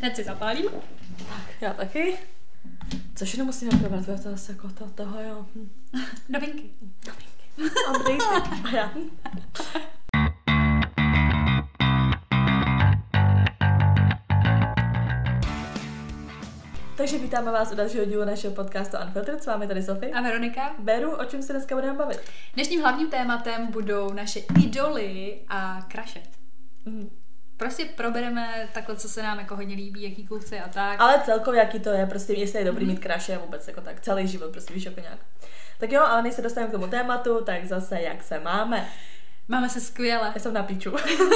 Hned si zapálím. Tak, já taky. Co všechno musíme probrat, to asi jako toho, jo. Novinky. Andrej, ty. A já. Takže vítáme vás u dalšího dílu našeho podcastu Unfiltered. S vámi tady Sofie. A Veronika. Beru, o čem se dneska budeme bavit? Dnešním hlavním tématem budou naše idoly a crushe. Prostě probereme takhle, co se nám jako hodně líbí, jaký kluci a tak. Ale celkově, jaký to je, prostě jestli je dobrý mít crushe vůbec jako tak, celý život, prostě víš jako nějak. Tak jo, ale než se dostaneme k tomu tématu, tak zase jak se máme. Máme se skvěle. Já jsem na píču.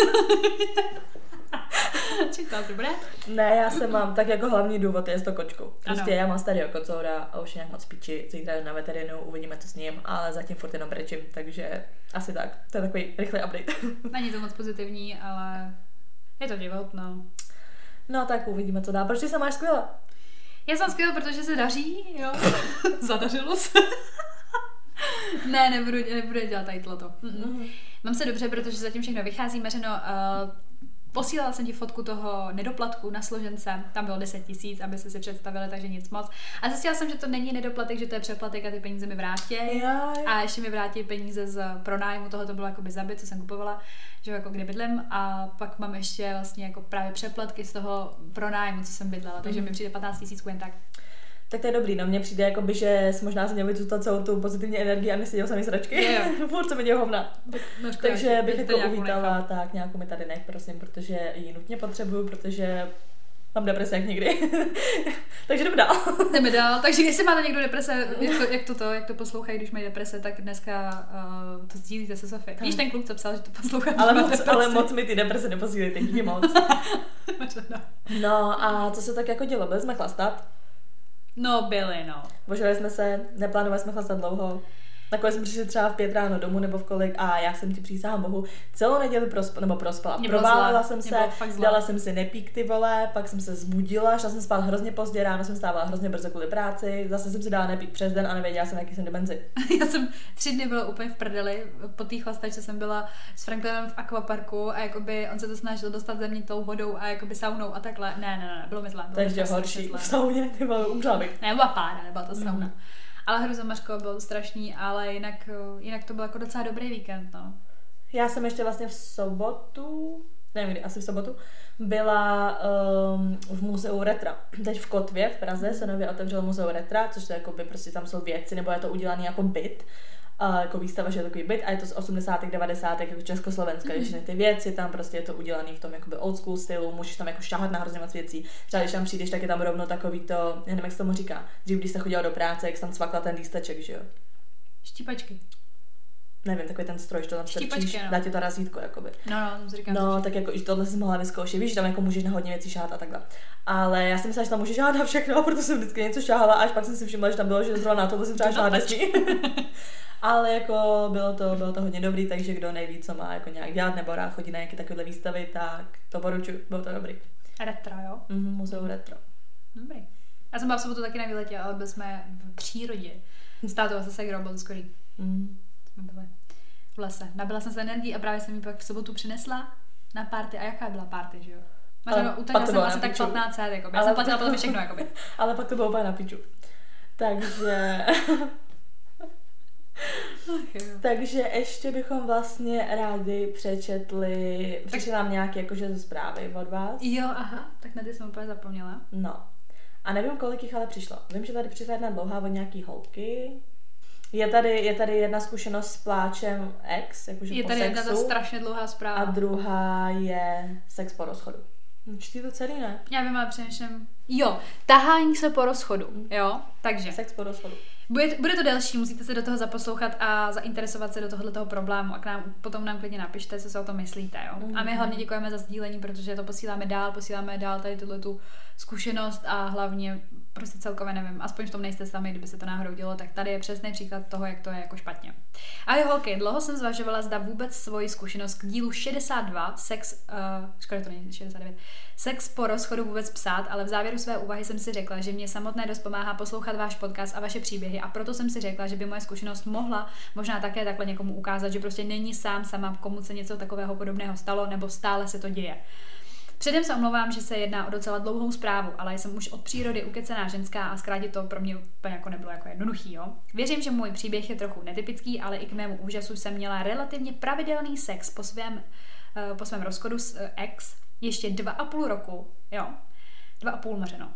Čím to asi bude? Ne, já se mám, tak jako hlavní důvod je s to kočkou. Prostě Ano. já mám starého kocoura a už je nějak moc píči, zítra jdu na veterinu, uvidíme, co s ním, ale zatím furt jenom brečím, takže asi tak. To je takový rychlý update. Není to moc pozitivní, ale je to život, no. No tak uvidíme, co dál. Proč ty se máš skvěle? Já jsem skvěl, protože se daří, jo. Zadařilo se. Ne, nebudu dělat tady tohleto. Mám se dobře, protože zatím všechno vychází. Mařeno, posílala jsem ti fotku toho nedoplatku na složence, tam bylo 10 000, aby se si představili, takže nic moc. A zjistila jsem, že to není nedoplatek, že to je přeplatek a ty peníze mi vrátí. A ještě mi vrátí peníze z pronájmu, tohle to bylo jakoby za byt, co jsem kupovala, že jako kde bydlím. A pak mám ještě vlastně jako právě přeplatky z toho pronájmu, co jsem bydlela, takže mi přijde 15 000 jen tak. Tak to je dobrý, no mně přijde jakoby, že možná se měl vycůstat celou tu pozitivní energii a neseděl samý sračky. Furt se mi děl hovna. No, Takže bych jako uvítala, tak nějakou mi tady nech, prosím, protože ji nutně potřebuju, protože mám deprese jak nikdy. Takže jdeme dál. Jdeme dál. Takže jestli máte někdo deprese, jak to poslouchají, když mají deprese, tak dneska to sdílíte se Sofie. Víš, ten kluk, co psal, že to poslouchá. Ale moc mi ty deprese neposílejte, díky moc. No a co se tak jako dělo? Byli jsme chlastat? No, byli, no. Božili jsme se, neplánovali jsme chlastat dlouho. Nakonec jsme přišli třeba v 5 ráno domů nebo v kolik a já jsem ti přísahám bohu celou neděli prospala. Proválela jsem se, dala jsem si nepík ty vole, pak jsem se zbudila, šla jsem spát hrozně pozdě, ráno jsem stávala hrozně brzo kvůli práci, zase jsem si dala nepík přes den a nevěděla jsem, jaký jsem demenzi. Já jsem 3 dny byla úplně v prdeli, po té chlastačce jsem byla s Franklinem v akvaparku a jakoby on se to snažil dostat ze mě tou vodou a jakoby saunou a takhle. Ne, bylo mi zlé. Takže horší, v sauně, ty vole, umřela bych. Ne, byla pára, nebyla to sauna. Ale hruzomařko, bylo to strašný, ale jinak to byl jako docela dobrý víkend, no. Já jsem ještě vlastně v sobotu, nevím kdy, asi v sobotu, byla v muzeu Retra. Teď v Kotvě v Praze se nově otevřelo muzeu Retra, což to je jakoby, prostě tam jsou věci, nebo je to udělané jako byt, jako výstava, že je takový byt a je to z 80. 90. jako Československa, když ty věci, tam prostě je to udělané v tom jakoby old school stylu, můžeš tam jako šáhat na hrozně moc věcí. Třeba když tam přijdeš, tak je tam rovno takový to, já nevím, jak se tomu říká, dřív, když se chodila do práce, jak se tam cvakla ten lísteček, že jo? Štípačky. Nevím, takový ten stroj, že to tam strčíš, dá ti to razítko, jakoby. No, říkám. No, tak jako, že tohle jsem mohla vyzkoušet, víš, tam jako můžeš na hodně věcí šáhat a takhle. Ale já si myslela, že tam můžeš šáhat na všechno, a proto jsem vždycky něco šáhala, až pak jsem si všimla, že tam bylo, že zrovna na tohle jsem třeba šáhat nesmí. Ale jako bylo to hodně dobrý, takže kdo neví, co má jako nějak dělat nebo rád chodí na nějaké takové výstavy, tak to poručuji, bylo to dobrý. Retro, jo? Muzeu Retro. Dobrý. Já jsem byla v sobotu taky na výletě, ale byli jsme v přírodě. S tátou a se segrou, bylo to skvělý. Jsme byli v lese. Nabila jsem se energii a právě jsem ji pak v sobotu přinesla na party. A jaká byla party, že jo? Utanila jsem asi tak 15 jakoby. Já jsem platila potom všechno, jakoby. Ale pak to bylo úplně na piču. Takže... Takže ještě bychom vlastně rádi přečetli nám nějaké jakože ze zprávy od vás. Jo, aha, tak na ty jsem úplně zapomněla. No. A nevím, kolik jich ale přišlo. Vím, že tady přišla jedna dlouhá od nějaký holky. Je tady jedna zkušenost s pláčem ex, jakože je po tady sexu. Jedna strašně dlouhá zpráva. A druhá je sex po rozchodu. Čtí to celý, ne? Já vím, ale přemýšlím. Jo, tahání se po rozchodu, jo, takže. Sex po rozchodu. Bude to delší, musíte se do toho zaposlouchat a zainteresovat se do tohoto problému a potom nám klidně napište, co si o tom myslíte, jo. A my hlavně děkujeme za sdílení, protože to posíláme dál tady tu zkušenost a hlavně prostě celkově nevím, aspoň v tom nejste sami, kdyby se to náhodou dělo, tak tady je přesný příklad toho, jak to je jako špatně. Ahoj holky, dlouho jsem zvažovala, zda vůbec svoji zkušenost k dílu 62, škoda to není 69, sex po rozchodu vůbec psát, ale v závěru své úvahy jsem si řekla, že mě samotné dost pomáhá poslouchat váš podcast a vaše příběhy a proto jsem si řekla, že by moje zkušenost mohla možná také takhle někomu ukázat, že prostě není sama, komu se něco takového podobného stalo nebo stále se to děje. Předem se omlouvám, že se jedná o docela dlouhou zprávu, ale jsem už od přírody ukecená ženská a zkrátit to pro mě úplně jako nebylo jako jednoduchý, jo. Věřím, že můj příběh je trochu netypický, ale i k mému úžasu jsem měla relativně pravidelný sex po svém rozchodu s ex ještě 2,5 roku, jo. 2,5 mařeno.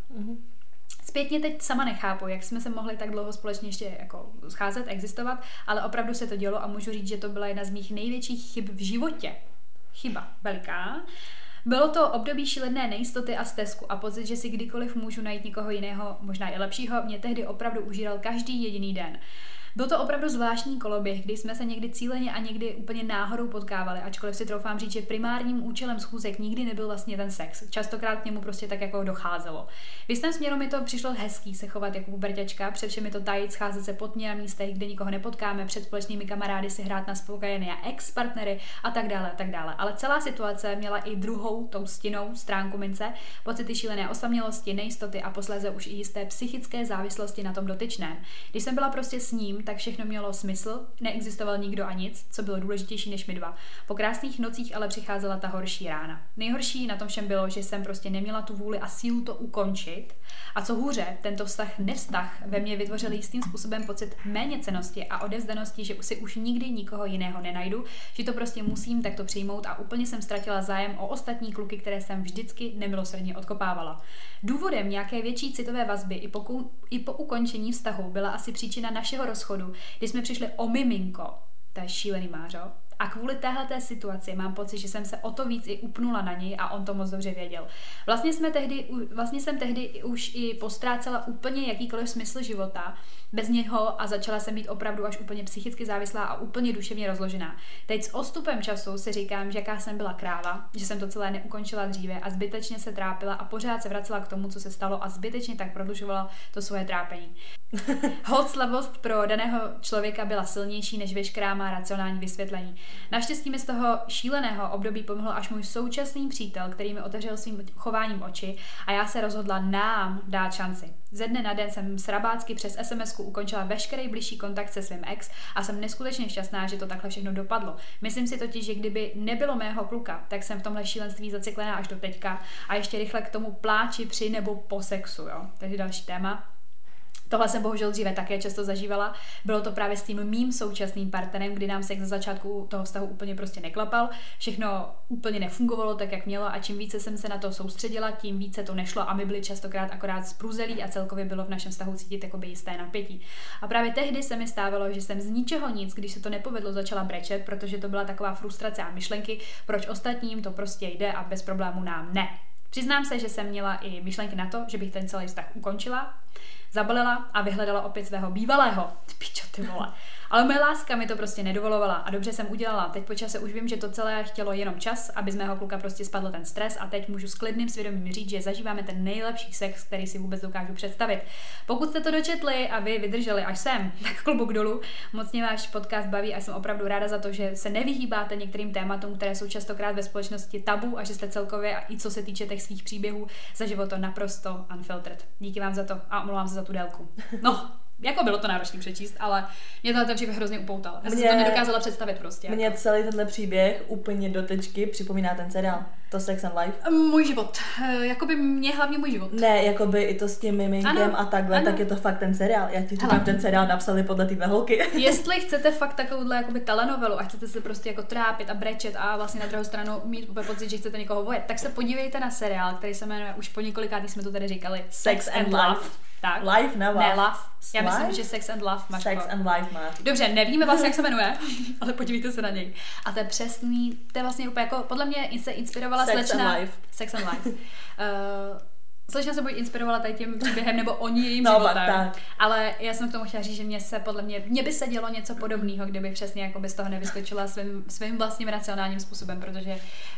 Zpětně teď sama nechápu, jak jsme se mohli tak dlouho společně ještě jako scházet, existovat, ale opravdu se to dělo a můžu říct, že to byla jedna z mých největších chyb v životě. Chyba veliká. Bylo to období šílené nejistoty a stesku a pocit, že si kdykoliv můžu najít někoho jiného, možná i lepšího, mě tehdy opravdu užíral každý jediný den. Byl to opravdu zvláštní koloběh, kdy jsme se někdy cíleně a někdy úplně náhodou potkávali, ačkoliv si troufám říct, že primárním účelem schůzek nikdy nebyl vlastně ten sex. Častokrát k němu prostě tak jako docházelo. V jistém směru mi to přišlo hezký se chovat jako puberťačka, před všemi to tajit, scházet se pod na místech, kde nikoho nepotkáme, před společnými kamarády si hrát na spokojené a ex-partnery a tak dále a tak dále. Ale celá situace měla i druhou, tou stinnou stránku mince, pocity šílené osamělosti, nejistoty a posléze už i jisté psychické závislosti na tom dotyčném. Když jsem byla prostě s ním, tak všechno mělo smysl, neexistoval nikdo a nic, co bylo důležitější než my dva. Po krásných nocích ale přicházela ta horší rána. Nejhorší na tom všem bylo, že jsem prostě neměla tu vůli a sílu to ukončit. A co hůře, tento nevztah ve mně vytvořil jistým způsobem pocit méněcennosti a odevzdanosti, že si už nikdy nikoho jiného nenajdu, že to prostě musím takto přijmout a úplně jsem ztratila zájem o ostatní kluky, které jsem vždycky nemilosrdně odkopávala. Důvodem nějaké větší citové vazby i po ukončení vztahu byla asi příčina našeho rozchodu, kdy jsme přišli o miminko, to je šílený Mářo, a kvůli téhleté situaci mám pocit, že jsem se o to víc i upnula na něj a on to moc dobře věděl. Vlastně jsem tehdy už i postrácela úplně jakýkoliv smysl života bez něho a začala jsem být opravdu až úplně psychicky závislá a úplně duševně rozložená. Teď s odstupem času si říkám, že jaká jsem byla kráva, že jsem to celé neukončila dříve a zbytečně se trápila a pořád se vracela k tomu, co se stalo a zbytečně tak prodlužovala to svoje trápení. Holt slavost pro daného člověka byla silnější než veškerá má racionální vysvětlení. Naštěstí mi z toho šíleného období pomohl až můj současný přítel, který mi otevřel svým chováním oči a já se rozhodla nám dát šanci. Ze dne na den jsem srabácky přes SMS-ku ukončila veškerý bližší kontakt se svým ex a jsem neskutečně šťastná, že to takhle všechno dopadlo. Myslím si totiž, že kdyby nebylo mého kluka, tak jsem v tomhle šílenství zaciklená až do teďka a ještě rychle k tomu pláči při nebo po sexu, jo. Takže další téma. Tohle jsem bohužel dříve také často zažívala. Bylo to právě s tím mým současným partnerem, kdy nám sex za začátku toho vztahu úplně prostě neklapal. Všechno úplně nefungovalo tak, jak mělo a čím více jsem se na to soustředila, tím více to nešlo a my byli častokrát akorát spruzelí a celkově bylo v našem vztahu cítit jakoby jisté napětí. A právě tehdy se mi stávalo, že jsem z ničeho nic, když se to nepovedlo, začala brečet, protože to byla taková frustrace a myšlenky, proč ostatním to prostě jde a bez problémů nám ne. Přiznám se, že jsem měla i myšlenky na to, že bych ten celý vztah ukončila, zabalila a vyhledala opět svého bývalého. Pičo, ty vole. Ale moje láska mi to prostě nedovolovala a dobře jsem udělala. Teď po čase už vím, že to celé chtělo jenom čas, aby z mého kluka prostě spadl ten stres a teď můžu s klidným svědomím říct, že zažíváme ten nejlepší sex, který si vůbec dokážu představit. Pokud jste to dočetli a vy vydrželi až sem, tak klobouk dolů. Moc mě váš podcast baví a jsem opravdu ráda za to, že se nevyhýbáte některým tématům, které jsou častokrát ve společnosti tabu a že jste celkově a i co se týče těch svých příběhů za život naprosto unfiltered. Díky vám za to a omlouvám se za tu délku. No, jako bylo to náročné přečíst, ale mě ten příběh hrozně upoutal. Já jsem si to nedokázala představit prostě. Mně jako celý tenhle příběh úplně do tečky připomíná ten seriál. To Sex and Life. Můj život. Jakoby mě hlavně můj život. Ne, jakoby i to s tím miminkem a takhle, tak je to fakt ten seriál. Já ti říkám, ten seriál napsali podle téhle holky. Jestli chcete fakt takovouhle jakoby telenovelu a chcete se prostě jako trápit a brečet a vlastně na druhou stranu mít pocit, že chcete někoho vojet, tak se podívejte na seriál, který se jmenuje už po několikátý jsme to tady říkali Sex and Love. Tak. Life, ne love. Ne, love. Já myslím, že Sex and Love máš. Sex and Life máš. Dobře, nevíme vlastně, jak se jmenuje, ale podívejte se na něj. A to je přesný, to je vlastně úplně jako, podle mě se inspirovala slečna. Sex and Life. Slečna se buď inspirovala tady tím příběhem nebo oni jejím životem. Tak. Ale já jsem k tomu chtěla říct, že mně by se dělo něco podobného, kdyby přesně jako by z toho nevyskočila svým vlastním racionálním způsobem, protože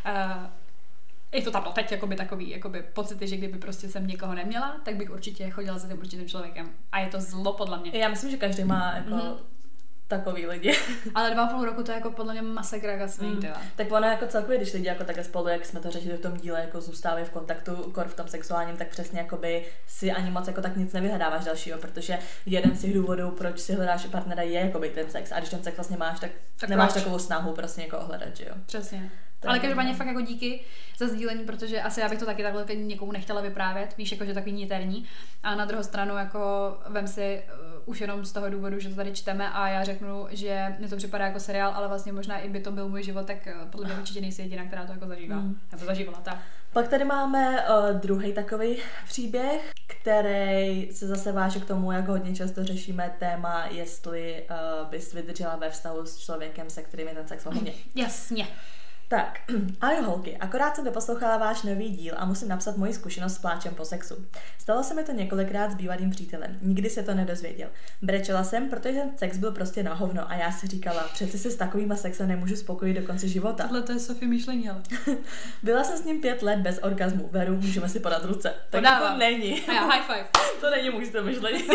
je to tam teď takový pocity, že kdyby prostě jsem někoho neměla, tak bych určitě chodila za tím určitým člověkem. A je to zlo podle mě. Já myslím, že každý má jako takový lidi. Ale 2,5 roku to je jako podle mě masakr jasný, Tak ono jako celkově, když lidi jako takhle spolu, jak jsme to řešili v tom díle, jako zůstávají v kontaktu, kor v tom sexuálním, tak přesně jakoby si ani moc jako tak nic nevyhledáváš dalšího, protože jeden z těch důvodů, proč si hledáš partnera, je jakoby ten sex. A když ten sex vlastně máš, tak nemáš takovou snahu prostě někoho hledat, že jo. Přesně. Ale každopádně fakt jako díky za sdílení, protože asi já bych to taky takhle někomu nechtěla vyprávět, víš, jako že takový niterní. A na druhou stranu jako vem si už jenom z toho důvodu, že to tady čteme a já řeknu, že mi to připadá jako seriál, ale vlastně možná i by to byl můj život, tak podle mě určitě nejsi jediná, která to jako zažívá. Nebo zažívala tak. Pak tady máme druhý takový příběh, který se zase váže k tomu, jak hodně často řešíme téma, jestli bys vydržela ve vztahu s člověkem, se kterým je ten sex hodně. Jasně. Tak, ahoj holky, akorát jsem doposlouchala váš nový díl a musím napsat moji zkušenost s pláčem po sexu. Stalo se mi to několikrát s bývalým přítelem, nikdy se to nedozvěděl. Brečela jsem, protože ten sex byl prostě na hovno a já si říkala, přece se s takovýma sexem nemůžu spokojit do konce života. Tohle to je Sofie myšlení, ale. Byla jsem s ním 5 let bez orgazmu, Veru, můžeme si podat ruce. Tak to není. A já high five. To není můj styl myšlení.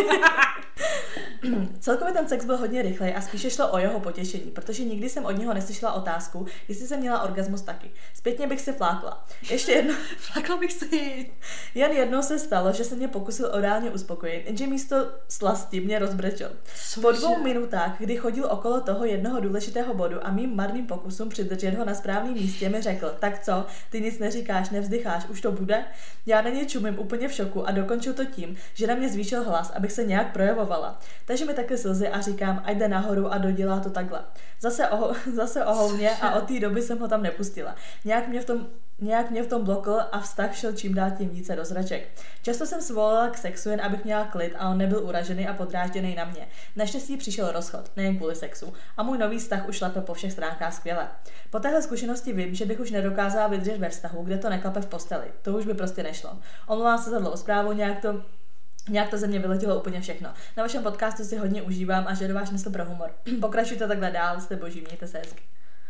Celkově ten sex byl hodně rychlej a spíše šlo o jeho potěšení, protože nikdy jsem od něho neslyšela otázku, jestli jsem měla orgasmus taky. Zpětně bych si flákla. Ještě jednou. Flákla bych si. Jen jednou se stalo, že se mě pokusil orálně uspokojit, jenže místo slasti mě rozbrečel. Po 2 minutách, kdy chodil okolo toho jednoho důležitého bodu a mým marným pokusům přidržet ho na správném místě, mi řekl, tak co, ty nic neříkáš, nevzdycháš, už to bude? Já na něj čumím úplně v šoku a dokončil to tím, že na mě zvýšil hlas, abych se nějak projevovala. Takže mi taky slzy a říkám, ať jde nahoru a dodělá to takhle. Zase ohovně a od té doby jsem ho tam nepustila. Nějak mě v tom blokl a vztah šel čím dál tím více do zraček. Často jsem svolala k sexu, jen abych měla klid a on nebyl uražený a podrážděný na mě. Naštěstí přišel rozchod, nejen kvůli sexu. A můj nový vztah už šlape po všech stránkách skvěle. Po téhle zkušenosti vím, že bych už nedokázala vydržet ve vztahu, kde to neklape v posteli. To už by prostě nešlo. Omlouvám se za dlouhou zprávu, nějak to ze mě vyletělo úplně všechno. Na vašem podcastu si hodně užívám a žeru váš smysl pro humor. Pokračujte takhle dál, jste boží, mějte se hezky.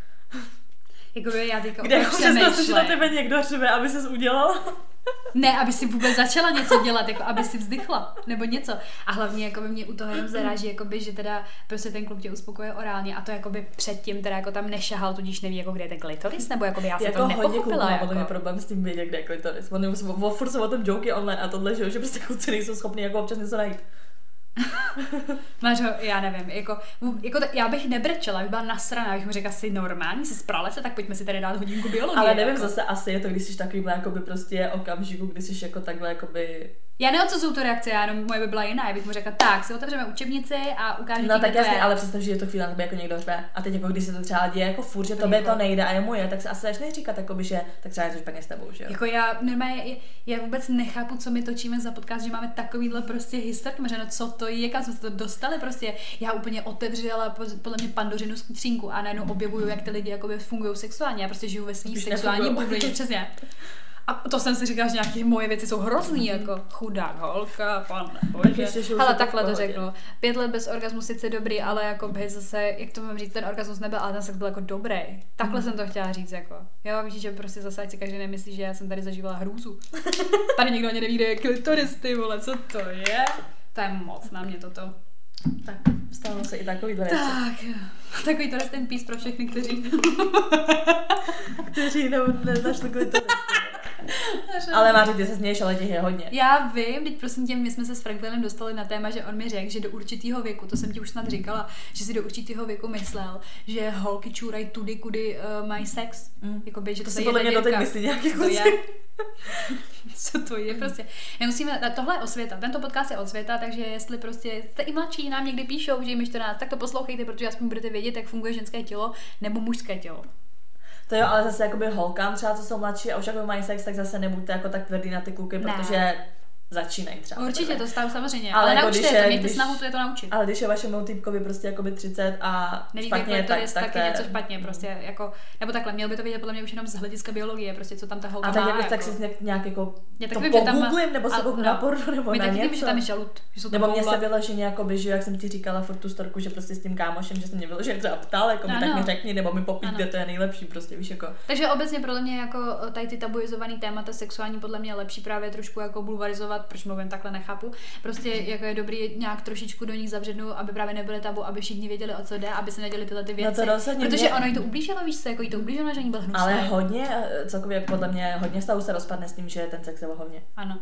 Jakoby já teďka kde přemýšlím. Že na tebe někdo řve, aby ses udělala? Ne, aby si vůbec začala něco dělat, jako aby si vzdychla, nebo něco. A hlavně jakoby mě u toho jenom zaráží, jakoby, že teda prostě ten kluk tě uspokojuje orálně a to jakoby předtím teda jako tam nešahal, tudíž neví, jako kde je ten klitoris, nebo jakoby já se jako to nepochopila. Jako hodně problém s tím vědět, kde je klitoris. Furt jsou o tom joky online a tohle, že prostě kluci nejsou schopni jako občas něco najít. Mářo, já nevím, jako já bych nebrečela, bych byla nasraná, bych mu řekla, jsi normální, jsi z pralece, tak pojďme si tady dát hodinku biologie. Ale nevím, jako. Zase asi je to, když jsi takovýhle jakoby prostě okamžiku, kdy jsi jako takhle jakoby... Já neodsuzuju tu reakci, já jenom moje by byla jiná, já bych mu řekla, tak si otevřeme učebnici a ukážu no, tak jasně, ale představ, že je to chvíle na tebe jako někdo řve a teď jako když se to třeba děje jako furt, že tobě to nejde a jemu je, tak se asi začneš říkat jakoby, že tak třeba je to špatně s tebou, že jo. Jako já vůbec nechápu, co my točíme za podcast, že máme takovýhle prostě historky, no co to je, kam jsme se to dostali prostě. Já úplně otevřela podle mě Pandořinu skřínku a najednou objevuju, jak ty lidi jakoby fungují sexuálně. Já prostě žiju ve svý sexuální bublině, přesně. A to jsem si říkala, že nějaké moje věci jsou hrozný, jako chudák holka, pane bože. Ale takhle to řeknu. 5 let bez orgasmu sice dobrý, ale jako by zase, jak to mám říct, ten orgasmus nebyl, ale ten sex byl jako dobrý. Takhle jsem to chtěla říct, jako. Jo, víš, že prostě zase ať si každý nemyslí, že já jsem tady zažívala hrůzu. Tady nikdo ani neví, kde je klitoris, ty vole, co to je? To je moc na mě toto. Tak, stávají se i takovýhle věci. Tak, takový to ten pís pro všechny, kteří nenašli klitoris. Ale Máři, ty se směješ, ale těch je hodně. Já vím, teď prosím tě, my jsme se s Franklinem dostali na téma, že on mi řekl, že do určitého věku, to jsem ti už snad říkala, že si do určitého věku myslel, že holky čůrají tudy, kudy mají sex. Jakoby, že to si podle mě doteď myslí nějaký kluci. Co to je prostě. Nemusíme, tohle je osvěta, tento podcast je osvěta, takže jestli prostě jste i mladší, nám někdy píšou, že jim 14, tak to poslouchejte, protože aspoň budete vědět, jak funguje ženské tělo nebo mužské tělo. To jo, ale zase jakoby holkám třeba, co jsou mladší a už jako mají sex, tak zase nebuďte jako tak tvrdý na ty kluky, protože začínají třeba. Určitě, to stavu samozřejmě, ale jako naučte je to, mějte snahu to napoučit. Ale když je vašemu týpkovi prostě jakoby 30 a neví, špatně, tak je něco špatně, prostě jako, nebo takhle, měl by to vidět podle mě už jenom z hlediska biologie, prostě co tam ta holka má. A tak tak si nějak jako to pogooglím, nebo se kouknu na porno, nebo na něco. Že tam je žalud, nebo mě se vyloženě jakoby, že jak jsem ti říkala furt tu storku, že prostě s tím kámošem, že jsem mě vyloženě třeba ptal, jako mi tak mi řekni, nebo mi popíš, kde to je nejlepší, prostě víš jako. Takže obecně podle mě jako tady ty tabuizovaný témata sexuální podle mě je lepší právě trošku jako bulvarizovat, proč mluvím takhle nechápu. Prostě jako je dobrý nějak trošičku do nich zavřednout, aby právě nebyly tabu, aby všichni věděli, o co jde, aby se neděli tyhle ty věci. No protože ono jí to ublížilo, víš co, jako jí to ublížilo, že jí byl hnusný. Ale hodně, celkově podle mě hodně stavů se rozpadne s tím, že ten sex je o hovně. Ano.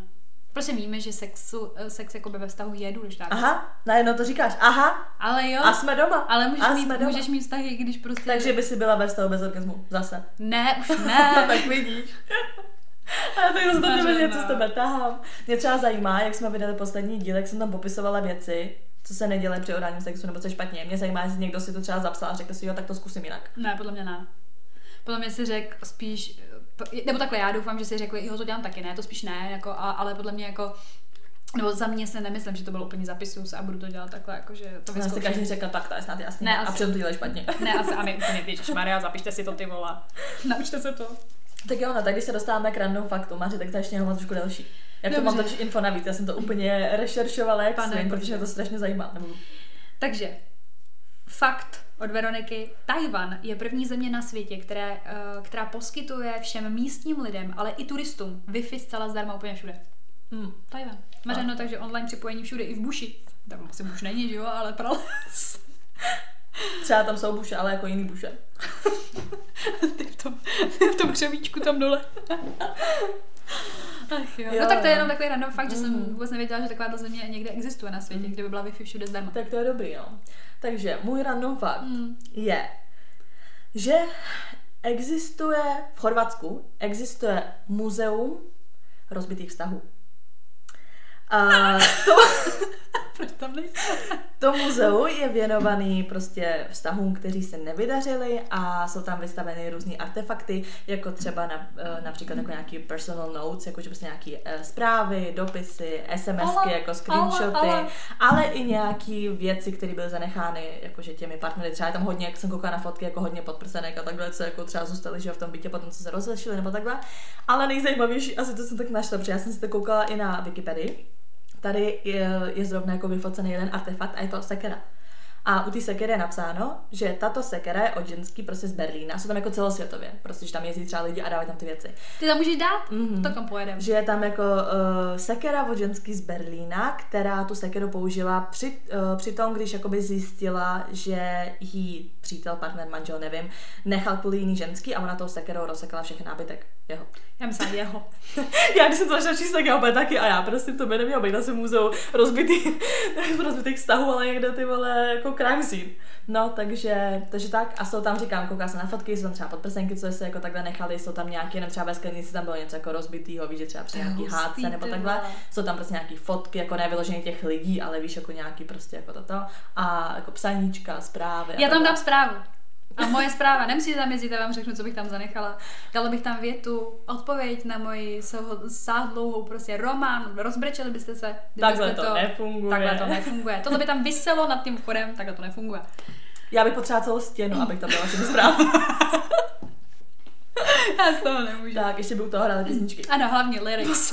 Prostě víme, že sex jakoby ve vztahu je důležitá. Aha, najednou to říkáš. Aha. Ale jo. A jsme doma. Ale můžeš mít vztahy, když prostě... Takže by si byla ve vztahu bez orgasmu. Zase. Ne, už ne. Tak vidíš. A to je zase něco z tebe tahám. Mě třeba zajímá, jak jsme vydali poslední díl, jak jsem tam popisovala věci, co se nedělá při orálním sexu, nebo co je špatně. Mě zajímá, jestli někdo si to třeba zapsal a řekl si, jo, tak to zkusím jinak. Ne, podle mě ne. Podle mě si řekl spíš, nebo takhle, já doufám, že si řekli, jo, to dělám taky, ne, to spíš ne, jako, ale podle mě jako, nebo za mě se nemyslím, že to bylo úplně zapisuju se a budu to dělat takhle, jako, že to vyzkouším. Si každý řekl, tak to je snad jasný, ne, a přitom to děláš špatně. Ne, asi, a my úplně, ježišmarja, zapište si to, ty vola, naučte se to. Tak jo, no, tak když se dostáváme k random faktu, Máři, tak to ještě mám trošku delší. Jak to mám totiž info navíc, já jsem to úplně rešeršovala, jak svým, protože mě to strašně zajímá. Takže, fakt od Veroniky. Tajvan je první země na světě, která poskytuje všem místním lidem, ale i turistům Wi-Fi zcela zdarma úplně všude. Tajvan. Mařeno, takže online připojení všude, i v buši. Tam asi buš není, že jo, ale prales. Třeba tam jsou buše, ale jako jiný buše. Ty v tom křevíčku tam dole. Ach jo. No tak to je jenom takový random fakt, že jsem vůbec nevěděla, že taková země někde existuje na světě, kde by byla Wi-Fi všude zdarma. Tak to je dobrý, no. Takže můj random fakt je, že existuje v Chorvatsku muzeum rozbitých vztahů. To muzeum je věnovaný prostě vztahům, kteří se nevydařili a jsou tam vystaveny různý artefakty, jako třeba například jako nějaký personal notes, jakože prostě nějaký zprávy, dopisy, SMSky, jako screenshoty, ale i nějaký věci, které byly zanechány jakože těmi partnery. Třeba je tam hodně, jak jsem koukala na fotky, jako hodně podprsenek a takhle, co jako třeba zůstaly, že v tom bytě potom, co se rozlišili nebo takhle. Ale nejzajímavější, asi to jsem tak našla, protože já jsem si to koukala i na Wikipedii. Tady je zrovna jako vyfocený jeden artefakt a je to sekera. A u té sekery je napsáno, že tato sekera je od ženský prostě z Berlína. Jsou tam jako celosvětově, prostě, že tam jezdí třeba lidi a dávají tam ty věci. Ty tam můžeš dát? To kam pojedeme. Že je tam jako sekera od ženský z Berlína, která tu sekeru použila při tom, když jakoby zjistila, že jí přítel, partner, manžel, nevím, nechal kvůli jiný ženský a ona tou sekerou rozsekala všechny nábytek. Jeho. Já myslím jeho. Já když jsem to začala číst, tak já opět taky a já prostě to by nemělo být na svém muzeu rozbitých vztahů, ale někde ty vole jako crime scene. No, takže tak a jsou tam, říkám, kouká se na fotky, jsou tam třeba podprsenky, co se jako takhle nechali, jsou tam nějaké, jenom třeba ve sklenici tam bylo něco jako rozbitýho, víš, že třeba při nějaký hádce nebo takhle, jsou tam prostě nějaký fotky, jako nevyloženě těch lidí, ale víš, jako nějaký prostě jako toto a jako psaníčka, zprávy. Já tam dám zprávu. A moje zpráva, nemusíte tam jezdit, já vám řeknu, co bych tam zanechala. Dala bych tam větu, odpověď na moji sáhdlouhou prostě román, rozbrečeli byste se. Takhle to nefunguje. Takhle to nefunguje. Tohle by tam viselo nad tím vchodem, takhle to nefunguje. Já bych potřebovala celou stěnu, abych tam dala všechny zprávy. Já z toho nemůžu. Tak, ještě by u toho hrála písničky. Ano, hlavně lyrics.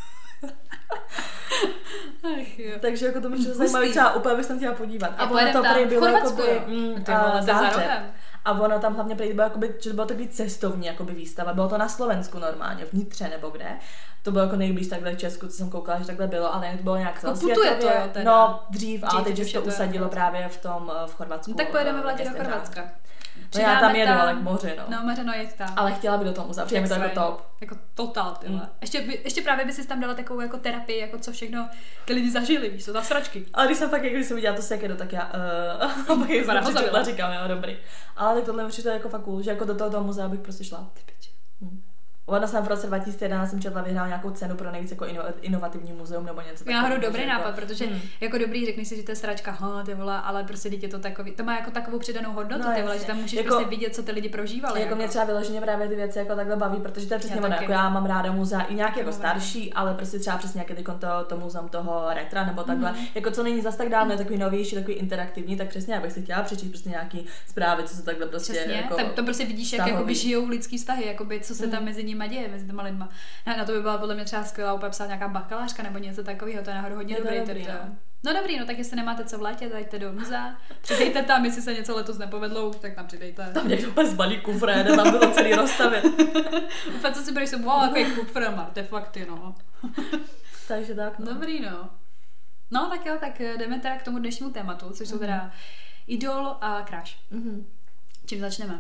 Ach jo. Takže jako to mi přijde zajímavé, třeba úplně bych se chtěla podívat. A ono to prý bylo jakoby zářeb. A ono tam hlavně prý bylo jakoby, že to bylo takový cestovní jakoby výstava. Bylo to na Slovensku normálně, v Nitře nebo kde. To bylo jako nejblíž takhle v Česku, co jsem koukala, že takhle bylo, ale to bylo nějak celosvětově. No, dřív, ale teď už to usadilo právě v Chorvatsku. No, tak pojedeme v létě do Chorvatska. No já tam jedu, ale k moři, no. No, moře, no, jeď tam. Ale chtěla by do toho muzea, přijde mi to jako top. Jako total, tyhle. Ještě právě by si tam dala takovou jako terapii, jako co všechno ty lidi zažili, víš, to za sračky. Ale když jsem fakt, když jsem viděla to sekeru, tak já říkám, jo, dobrý. Ale tak tohle mi přijde jako fakt cool, že jako do toho muzea bych prostě šla. Ty piči. Ona jsem v roce 2011 jsem četla, vyhrál nějakou cenu pro nejvíc jako inovativní muzeum nebo něco takového. Náhodou dobrý nápad, protože jako dobrý, řekneš si, že to je sračka, ty vole, ale prostě dítě to takový, to má jako takovou přidanou hodnotu, ty vole, že tam můžeš jako, prostě vidět, co ty lidi prožívali. Jako mě třeba vyloženě právě ty věci jako takhle baví, protože to je přesně ono, jako já mám ráda muzea i nějaký jako starší, ale prostě třeba přesně nějaký to muzeum toho retra nebo takhle. Jako co není zas tak dávno, takový novější, takový interaktivní, tak přesně já bych si chtěla přečíst prostě nějaký zprávy, co se takhle prostě jako tam to prostě vidíš, jak jakoby žijou lidský vztahy, jakoby co se tam mezi nimi děje, mezi těma lidma. Na to by byla podle mě třeba skvělá úplně psát nějaká bakalářka nebo něco takového, to je náhodou hodně dobrý. No dobrý, no tak jestli nemáte co v létě, dajte do muzea, přidejte tam, jestli se něco letos nepovedlo, už tak tam přidejte. Tam někdo úplně zbalí kufr, tam bylo celý rozstavit. Úplně co si budeš wow, takový kufr, artefakty, no. Takže tak, no. Dobrý, no. No tak jo, tak jdeme teda k tomu dnešnímu tématu, což jsou teda idol a crush. Čím začneme?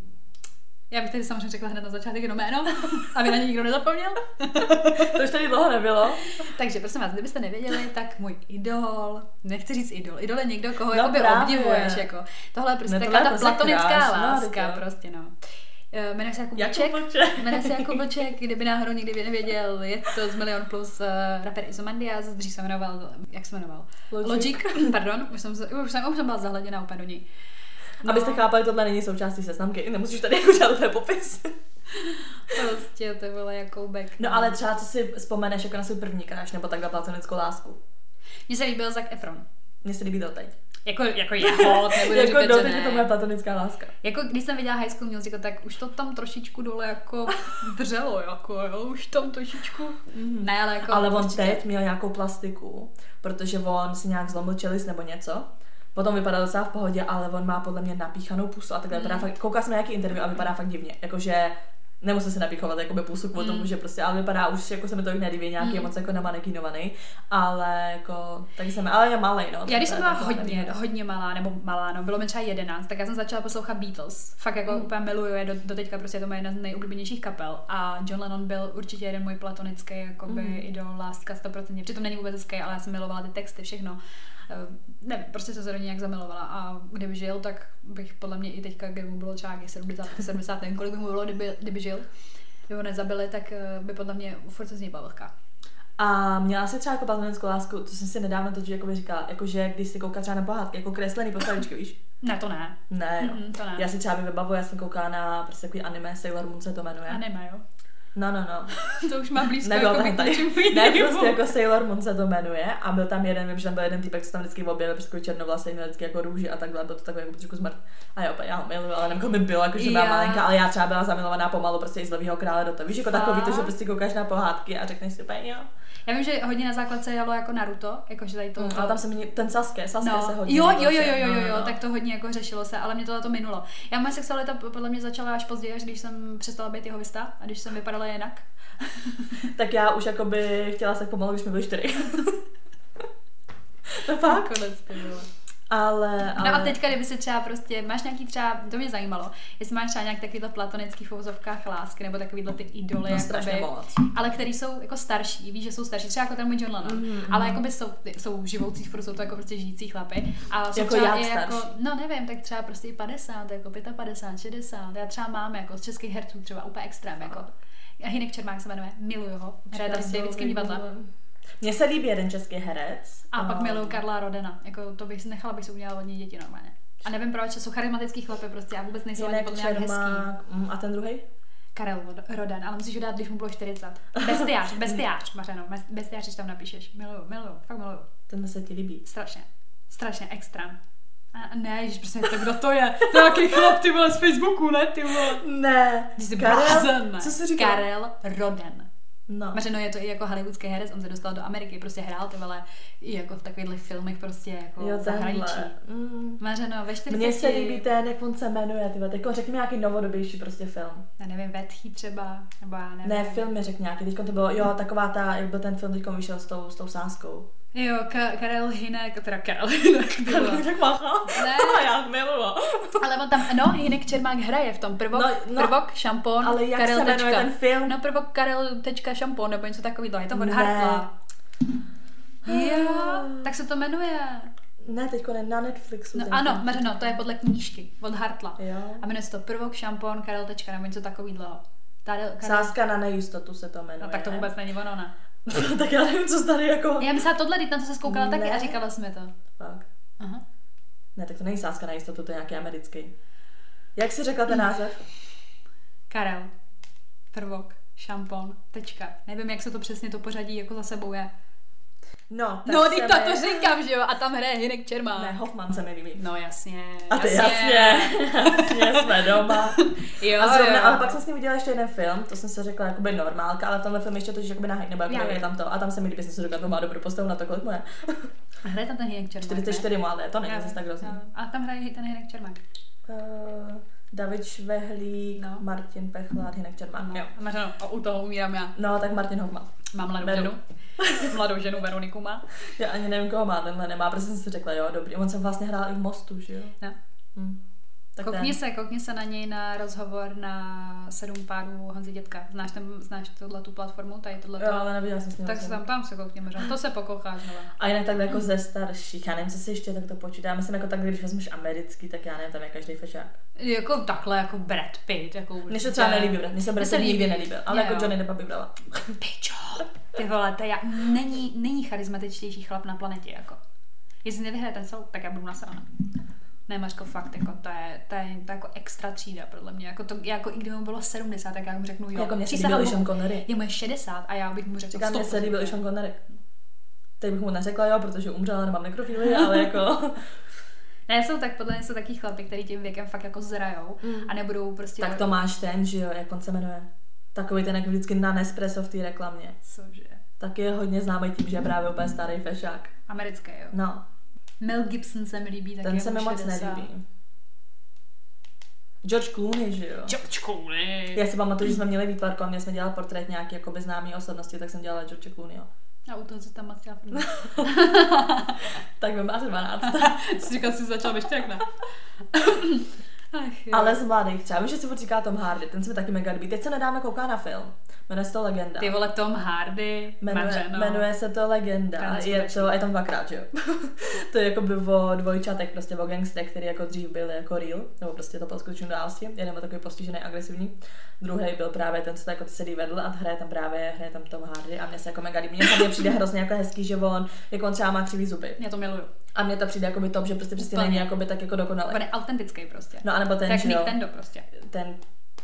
Já bych tady samozřejmě řekla hned na začátek jenom jméno, aby na ně nikdo nezapomněl. To už tady dlouho nebylo. Takže prosím vás, kdybyste nevěděli, tak můj idol, nechci říct idol je někdo, koho No jakoby právě. obdivuješ, jako. Tohle je prostě Ne, taková ta tohle je prostě platonická krásná, láska, no. prostě no. Jmenuje se Jakub Jakub Vlček. Jmenuje se Jakub Vlček, kdyby náhodou nikdy nevěděl, je to z Milion Plus rapper Izomandias, dřív se jmenoval, jak se jmenoval? Logic. Pardon, už jsem byla zahleděná úplně do něj. No. Abyste chápali, tohle není součástí seznamky, nemusíš tady jako žádat ten popis. Prostě to bylo Jakoubek. No ale třeba co si vzpomeneš jako na svůj první crush, nebo takhle platonickou lásku? Mně se líbil Zac Efron. Mně se líbí doteď. Jako jeho, nebudu jako říkat, že doteď ne. je to moje platonická láska. Jako když jsem viděla High School Musical, tak už to tam trošičku dole jako vřelo, jako jo, už tam trošičku. Ne, ale jako... Ale on určitě. teď měl nějakou plastiku, protože on si nějak zlomil čelist nebo něco. Potom vypadá docela v pohodě, ale on má podle mě napíchanou pusu a takhle vypadá fakt, koukala jsem na nějaký interview a vypadá fakt divně, jakože nemusím si napíchovat jakoby pusu kvůli tomu, že prostě, ale vypadá už, jako se mi to nelíbí, nějaký moc jako namanekinovaný, ale jako, taky jsem, ale je malej, no. Já když jsem byla hodně malá, nebo malá, no, bylo mi třeba 11, tak já jsem začala poslouchat Beatles. Fakt jako úplně miluju je do teďka, prostě je to moje jedna z nejoblíbenějších kapel a John Lennon byl určitě jeden můj platonický jakoby idol, láska 100%. Přitom není vůbec hezký, ale já jsem milovala ty texty, všechno. Nevím, prostě jsem se do něj nějak zamilovala a kdyby žil, tak bych podle mě i teďka, kdyby mu bylo třeba 70, nevím, kolik by mu bylo, kdyby žil, kdyby ho nezabili, tak by podle mě furt se z něj bavilka. A měla jsi třeba jako platonickou lásku, to jsem si nedávno totiž jako říkala, jakože když si kouká třeba na pohádky, jako kreslený postavičky, víš? Ne, to ne. Ne, jo. To ne. Já si třeba vybavuju, já jsem koukala na prostě takový anime, Sailor Moon se to jmenuje. Anime, jo? No. To už má blízko Nebylo jako tam tady. Ne, prostě jako Sailor Moon se to jmenuje a byl tam jeden, vím, že tam byl jeden týpek, co tam vždycky objevil, prostě černovlasý, měl vždycky jako růži a takhle, byl to takový jako trošku smrt. A jo, já ho miluju, ale nevím, mi bylo, jako že byla malinká, ale já třeba byla zamilovaná pomalu prostě i z Levýho krále do toho. Víš, jako takový to, že prostě koukáš na pohádky a řekneš si úplně jo. Já vím, že hodně na základce jelo jako Naruto, jakože tady to... Ale tam se mi ten Sasuke se hodně Jo, tak to hodně jako řešilo se, ale mě to minulo. Já moje sexualita podle mě začala až později, až když jsem přestala být jehovista a když jsem vypadala jinak. Tak já už jakoby chtěla se pomalu, když mi byly 4. To fakt? Konec to bylo. Ale... No a teďka, kdyby si třeba prostě, máš nějaký třeba, to mě zajímalo, jestli máš třeba nějak takovýhle platonický v uvozovkách lásky, nebo takovýhle ty idoly, no, jakoby, ale který jsou jako starší, víš, že jsou starší, třeba jako ten můj John Lennon, ale jakoby jsou živoucí, furt jsou to jako prostě žijící chlapy. A jsou jako třeba jak jako, no nevím, tak třeba prostě 50, jako 55, 60, já třeba mám jako z českých herců třeba úplně extrém, jako. Hynek Čermák se jmenuje, miluju ho, hraje tady v Davidském divadle. Mně se líbí jeden český herec. A pak miluju Karla Rodena, jako to bych si nechala, bych si udělala od něj děti normálně. A nevím proč, jsou charismatický chlapy prostě a vůbec nejsou ani podle mě hezký. A ten druhý? Karel Roden, ale musíš ho dát, když mu bylo 40. Bestiář, Mařeno, bestiář, když tam napíšeš. Miluju, fakt miluju. Ten se ti líbí. Strašně, extrém. A ne, ježiš, prostě to, kdo to je? To je nějaký chlap, ty vole, z Facebooku, ne, ty vole. Ne. Karel, co jsi říkal? Karel Roden. No. Mařeno je to i jako hollywoodský herec, on se dostal do Ameriky, prostě hrál ty vole i jako v takových filmech prostě jako zahraničí. Mařeno ve 40. Mně se líbí ten, jak on se jmenuje, ty vole, jako řekni mi nějaký novodobější prostě film. Já nevím, Vetchý třeba, nebo já nevím. Ne, film mi řekni nějaký, teďko to bylo, jo, taková ta, jak byl ten film, teďko vyšel s tou sáskou. Jo, Karel Hynek, teda Karel Hynek. Karel Hynek mácha? Ne. Já miluju. Ale on tam, no, Hynek Čermák hraje v tom prvok, šampon, ale jak Karel se jmenuje tečka. ten film? No, prvok, Karel tečka, šampon, nebo něco takového, je to od Hartla. Jo, tak se to jmenuje. Ne, teďko ne, na Netflixu. No ano, Mařeno, to je podle knížky, od Hartla. Jo. A jmenuje se to prvok, šampon, Karel tečka, nebo něco takového. Sáska na nejistotu se to jmenuje. No tak to vůbec není ono, ne? Tak já nevím, co tady jako... Já myslela tohle, na to se zkoukala taky a říkala jsme to. Fakt. Aha. Ne, tak to není Sáska na jistotu, to je nějaký americký. Jak jsi řekla ten název? Karel, prvok, šampon, tečka. Nevím, jak se to přesně to pořadí jako za sebou je. No, teď to říkám, že jo, a tam hraje Hynek Čermák. Ne, Hoffman se mi líbí. No jasně. A ty jasně jsme doma. Jo, a zrovna, jo. ale pak jsem s ním viděla ještě jeden film, to jsem se řekla jakoby normálka, ale v tomhle film ještě totiž jakoby nahý, nebo jakoby je tam to, a tam se mi líbí, jsem si řekla, to má dobrou postavu na to, kolik mu je. Hraje tam ten Hynek Čermák, 44 mu, ale to není zase tak hrozný. A tam hraje ten Hynek Čermák. David Švehlík, no. Martin Pechlát, Hynek Čermák. No. Mařeno, a u toho umírám já. No, tak Martin Hoffman. Mám mladou ženu Veroniku má. Já ani nevím, koho má, tenhle nemá, protože jsem si řekla, jo, dobrý. On se vlastně hrál i v Mostu, že jo? No. Tak Koukni se na něj na rozhovor na 7 pádů Honzy Dětka. Znáš tu platformu? Tady tohleto? Jo, ale neviděla jsem s ním. Tak se tam se koukni možná. To se pokoucháš. A jinak tak jako ze starších, já nevím, co si ještě tak to počítá. Já myslím, jako tak, když vezmeš americký, tak já nevím, tam je každý fešák. Jako takhle, jako Brad Pitt. Jako mně se třeba nelíbí, mně se Brad Pitt nikdy nelíbil, ale jako Johnny Deppa by brala. Pičo! Ty vole, není charismatičtější chlap na planetě, jako. Jestli nevyhraje ten soud, tak já budu nasrana. Ne, Mařko, fakt, jako to je jako extra třída, podle mě. Jako i kdyby mu bylo 70, tak já mu řeknu jo. Jako mě se líbil i Sean Connery. Je mu 60 a já bych mu řekla 100%. Mně se líbil i Sean Connery. Teď bych mu neřekla jo, protože umřela, nemám nekrofíly, ale jako... Ne, podle mě jsou taky chlapy, který tím věkem fakt jako zrajou a nebudou prostě... Tak to máš ten, že jo, jak on se jmenuje. Takový ten, jak vždycky na Nespresso v té reklamě. Cože? Tak je hodně známý tím, že je právě úplně starý fešák. Americký, jo. No. Mel Gibson se mi líbí, taky ten se mi moc nelíbí. George Clooney, že jo? George Clooney. Já si pamatuju, že jsme měli výtvarku a mě jsme dělali portrét nějaký jakoby známý osobnosti, tak jsem dělala George Clooneyho. A u toho, co tam chtěla filmovat. Tak byl asi 12. Jsi říkal, jsi začal ve 4, ne? Ale z mladých třeba, vím, že si říká Tom Hardy, ten se mi taky mega líbí. Teď se nedávno kouká na film. Jmenuje se to Legenda. Ty vole, Tom Hardy. Jmenuje se to Legenda. Je tam 2krát, že jo? To je jako by o dvojčatech, prostě o gangstrech, který jako dřív byl jako real, nebo prostě to bylo skutečně události. Jeden byl takový postižený, agresivní. Druhý byl právě ten, co jako sedí vedle a hraje tam Tom Hardy a mně se jako mega líbí. Mně přijde hrozně jako hezký, že on třeba má křivý zuby. Já to miluju. A mně to přijde jako by top, že prostě není jako by tak jako dokonalý. On je autentický prostě. No a nebo ten, tak Nick Tendo prostě. Ten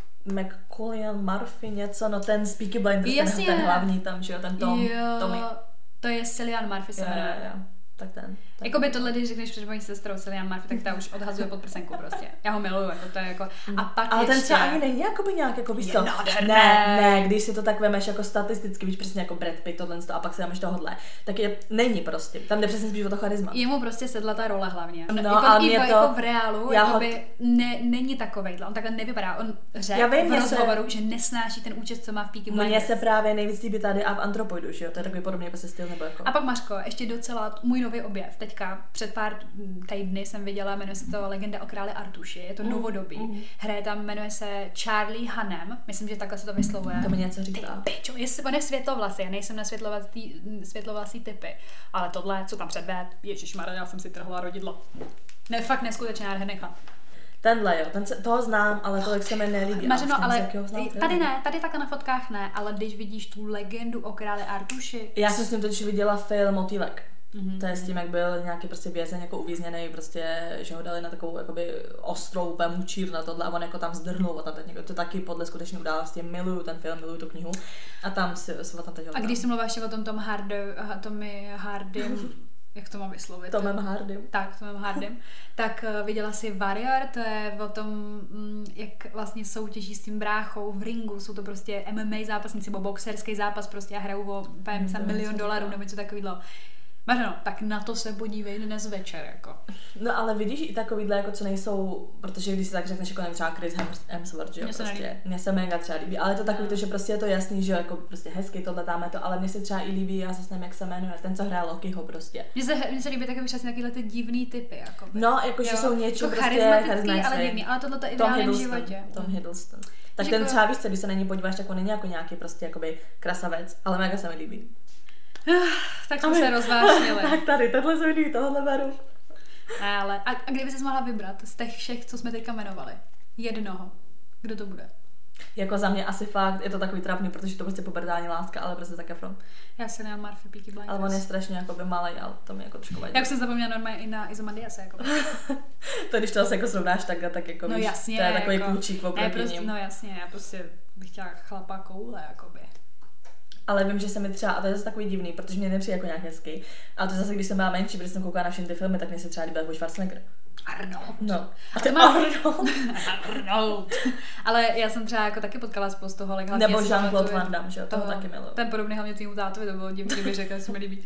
McCullian Murphy něco, no ten z Peaky Blinders, ten hlavní tam, že jo, ten Tommy. To je Cillian Murphy se jmenuje. Tak ten. Jakoby tohle, když řekneš před mojí sestrou Cillian Murphy, tak ta už odhazuje pod prsenku prostě. Já ho miluju, jako to je jako. A pak ale ještě... ten třeba ani není jakoby nějak jako víš co? Ne, když si to tak vemeš jako statisticky, víš přesně jako Brad Pitt tohle a pak si dámeš tohle, tak není prostě. Tam jde přesně spíš o to charisma. Jemu prostě sedla ta role hlavně. No, jako, a mě to jako v reálu, jakoby není takovejhle. On takhle nevypadá. On řekl v rozhovoru, že nesnáší ten účest, co má v Peaky Blinders. Mně se právě nejvíc líbí tady a v Antropoidu, že jo? To je takový podobný jako se styl nebo jako. A pak Mařko, ještě docela můj nový objev. Teďka před pár týdny jsem viděla, jmenuje se to Legenda o králi Artuši, je to novodobý. Hraje tam, jmenuje se Charlie Hunnam, myslím, že takhle se to vyslovuje. To mi něco říká. Pičo, on je světlovlasý, já nejsem na světlovlasý typy, ale tohle, co tam předved, ježišmarja, já jsem si trhla rodidlo. Ne, fakt neskutečně nádherný chlap. Tenhle jo, toho znám, ale tolik se mi nelíbí. Mařeno, ale tady takhle na fotkách ne, ale když vidíš tu Legendu o králi Artuši. Já jsem s ním totiž viděla film Motýlek. To je s tím, jak byl nějaký prostě vězeň jako uvízněný, prostě, že ho dali na takovou jakoby ostrou mučír na tohle a on jako tam zdrhnul a tam teď to taky podle skutečné události, miluju ten film, miluju tu knihu a tam si tam teď ho. A když jsem mluváš o tom Tommy Hardym, jak to mám vyslovit? Tomem Hardym. Tak, Tomem Hardym. Tak viděla si Warrior, to je o tom, jak vlastně soutěží s tím bráchou v ringu, jsou to prostě MMA zápasníci, nebo boxerský zápas prostě a hrajou o $1 milion nebo něco takového. Mařeno, tak na to se podívej dnes večer, jako. No ale vidíš i takovýhle, jako co nejsou, protože když si tak řekneš, jako nevím, třeba Chris Hemsworth, že jo, mně se mega třeba líbí, ale je to takový to, že prostě je to jasný, že jo, jako prostě hezky tohle tam je to, ale mně se třeba i líbí, já se s nevím, jak se jmenuje, ten, co hraje Lokiho prostě. Mně se líbí takový přesně takovýhle ty divný typy, jako. No, jakože jsou něčím jako prostě charismatický, ale divný, ale tohle to i v reálném životě. Tom Hiddleston. Tak ten třeba víš co, když se na něj podíváš, jako není jako nějaký prostě jakoby krasavec, ale mega se mi líbí. Tak jsme se rozvášnili. Tak tady, tohle se líbí, tohle beru. Ale a kdyby jsi mohla vybrat z těch všech, co jsme teďka jmenovali, jednoho, kdo to bude? Jako za mě asi fakt, je to takový trapný, protože to prostě pubertální láska, ale prostě tak Efron. Já se nemám Murphy, Peaky Blinders. Ale on je strašně jakoby malej, ale to mi jako trošku vadí. Jak jsem zapomněla normálně i na Izomandiase, jako. To když to asi jako srovnáš tak jako no víš, jasně, to je takový jako, klučík oproti ním. No jasně, já prostě bych chtěla chlapa koule, jakoby. Ale vím, že se mi třeba, a to je zase takový divný, protože mě nepřijde jako nějak hezký. A to zase, když jsem byla menší, protože jsem koukala na všechny ty filmy, tak mě se třeba líbil jako Schwarzenegger. Arnold. No. A to má Arnold. Ale já jsem třeba jako taky potkala spoustu holek. Nebo Jean-Claude Van Damme, že? Toho taky miluju. Ten podobný hlavně tvýmu tátovi, to bylo divný, kdyby řekl, že se mi líbí.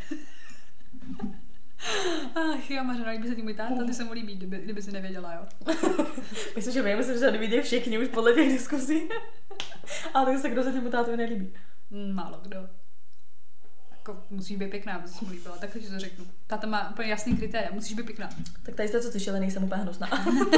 Ach jo, Mařeno, líbí se ti můj táta, ty se mu líbí, kdyby si nevěděla, jo. Myslím, že to nevidí všichni už podle těch diskuzí. Ale tak se kdo se ti mu tátovi nelíbí? Málo kdo. Jako, musíš být pěkná, aby jsi mu líbila, takhle ti to řeknu. Táta má úplně jasný kritéria, musíš být pěkná. Tak tady jste co slyšeli, nejsem úplně hnusná.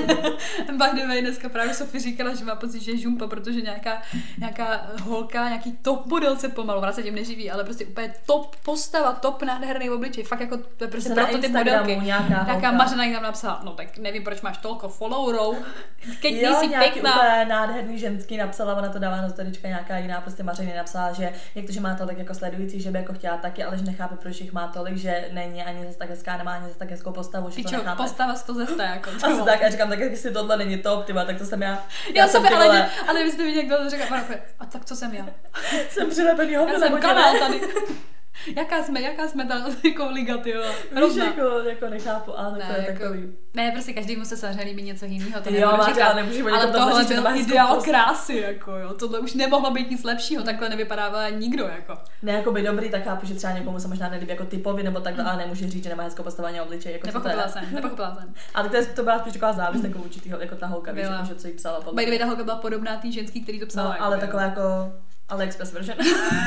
By the way, dneska právě Sofie říkala, že má pocit, že je žumpa, protože nějaká holka, nějaký top model se pomalu, ona se tím neživí, ale prostě úplně top postava, top nádherný obličej, fakt jako to je prostě prototyp modelky. Nějaká Mařena jí tam napsala, no tak nevím, proč máš tolko followerů, keď jsi pěkná. Úplně nádherný ženský napsala, ona to dává na storička, nějaká jiná prostě Mařena napsala, že jak to, že má tolik jako sledující, že by jako chtěla taky, ale že nechápe, proč jich má tolik, že není ani zase tak hezká, nemá ani zase tak hezkou postavu, že to nechápe. Postava 100 ze 100 jako. Asi tak, a říkám, tak jestli tohle není top, tyba, tak to jsem já. Já jsem ale vy jste viděli, jak to řekla, a tak co jsem já? Jsem přilepený hovno. Já jsem kanál tady. Jaká jsme ta jako liga, ty jo. Víš, jako nechápu, ale to je jako, takový. Ne, prostě každému se samozřejmě líbí něco jiného, to jo, nebudu říkat. Ale tohle byl ideál krásy, jako jo. Tohle už nemohlo být nic lepšího, takhle nevypadává nikdo, jako. Ne, jako by dobrý, tak chápu, že třeba někomu se možná nelíbí jako typovi nebo takhle, ale nemůže říct, že nemá hezkou postavení obličej, jako Nepochopila jsem. Ale to byla spíš taková závist jako určitýho, jako ta holka, víš, jako, že co jí psala podle. By ta holka byla podobná tý ženský, který to psala. No, ale taková jako AliExpress version.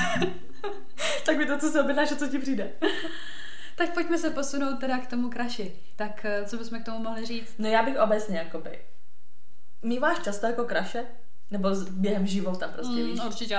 Tak mi to, co se objednáš a co ti přijde. Tak pojďme se posunout teda k tomu crushi. Tak co bychom k tomu mohli říct? No já bych obecně jakoby. Míváš často jako crushe? Nebo během života prostě, víš? Určitě.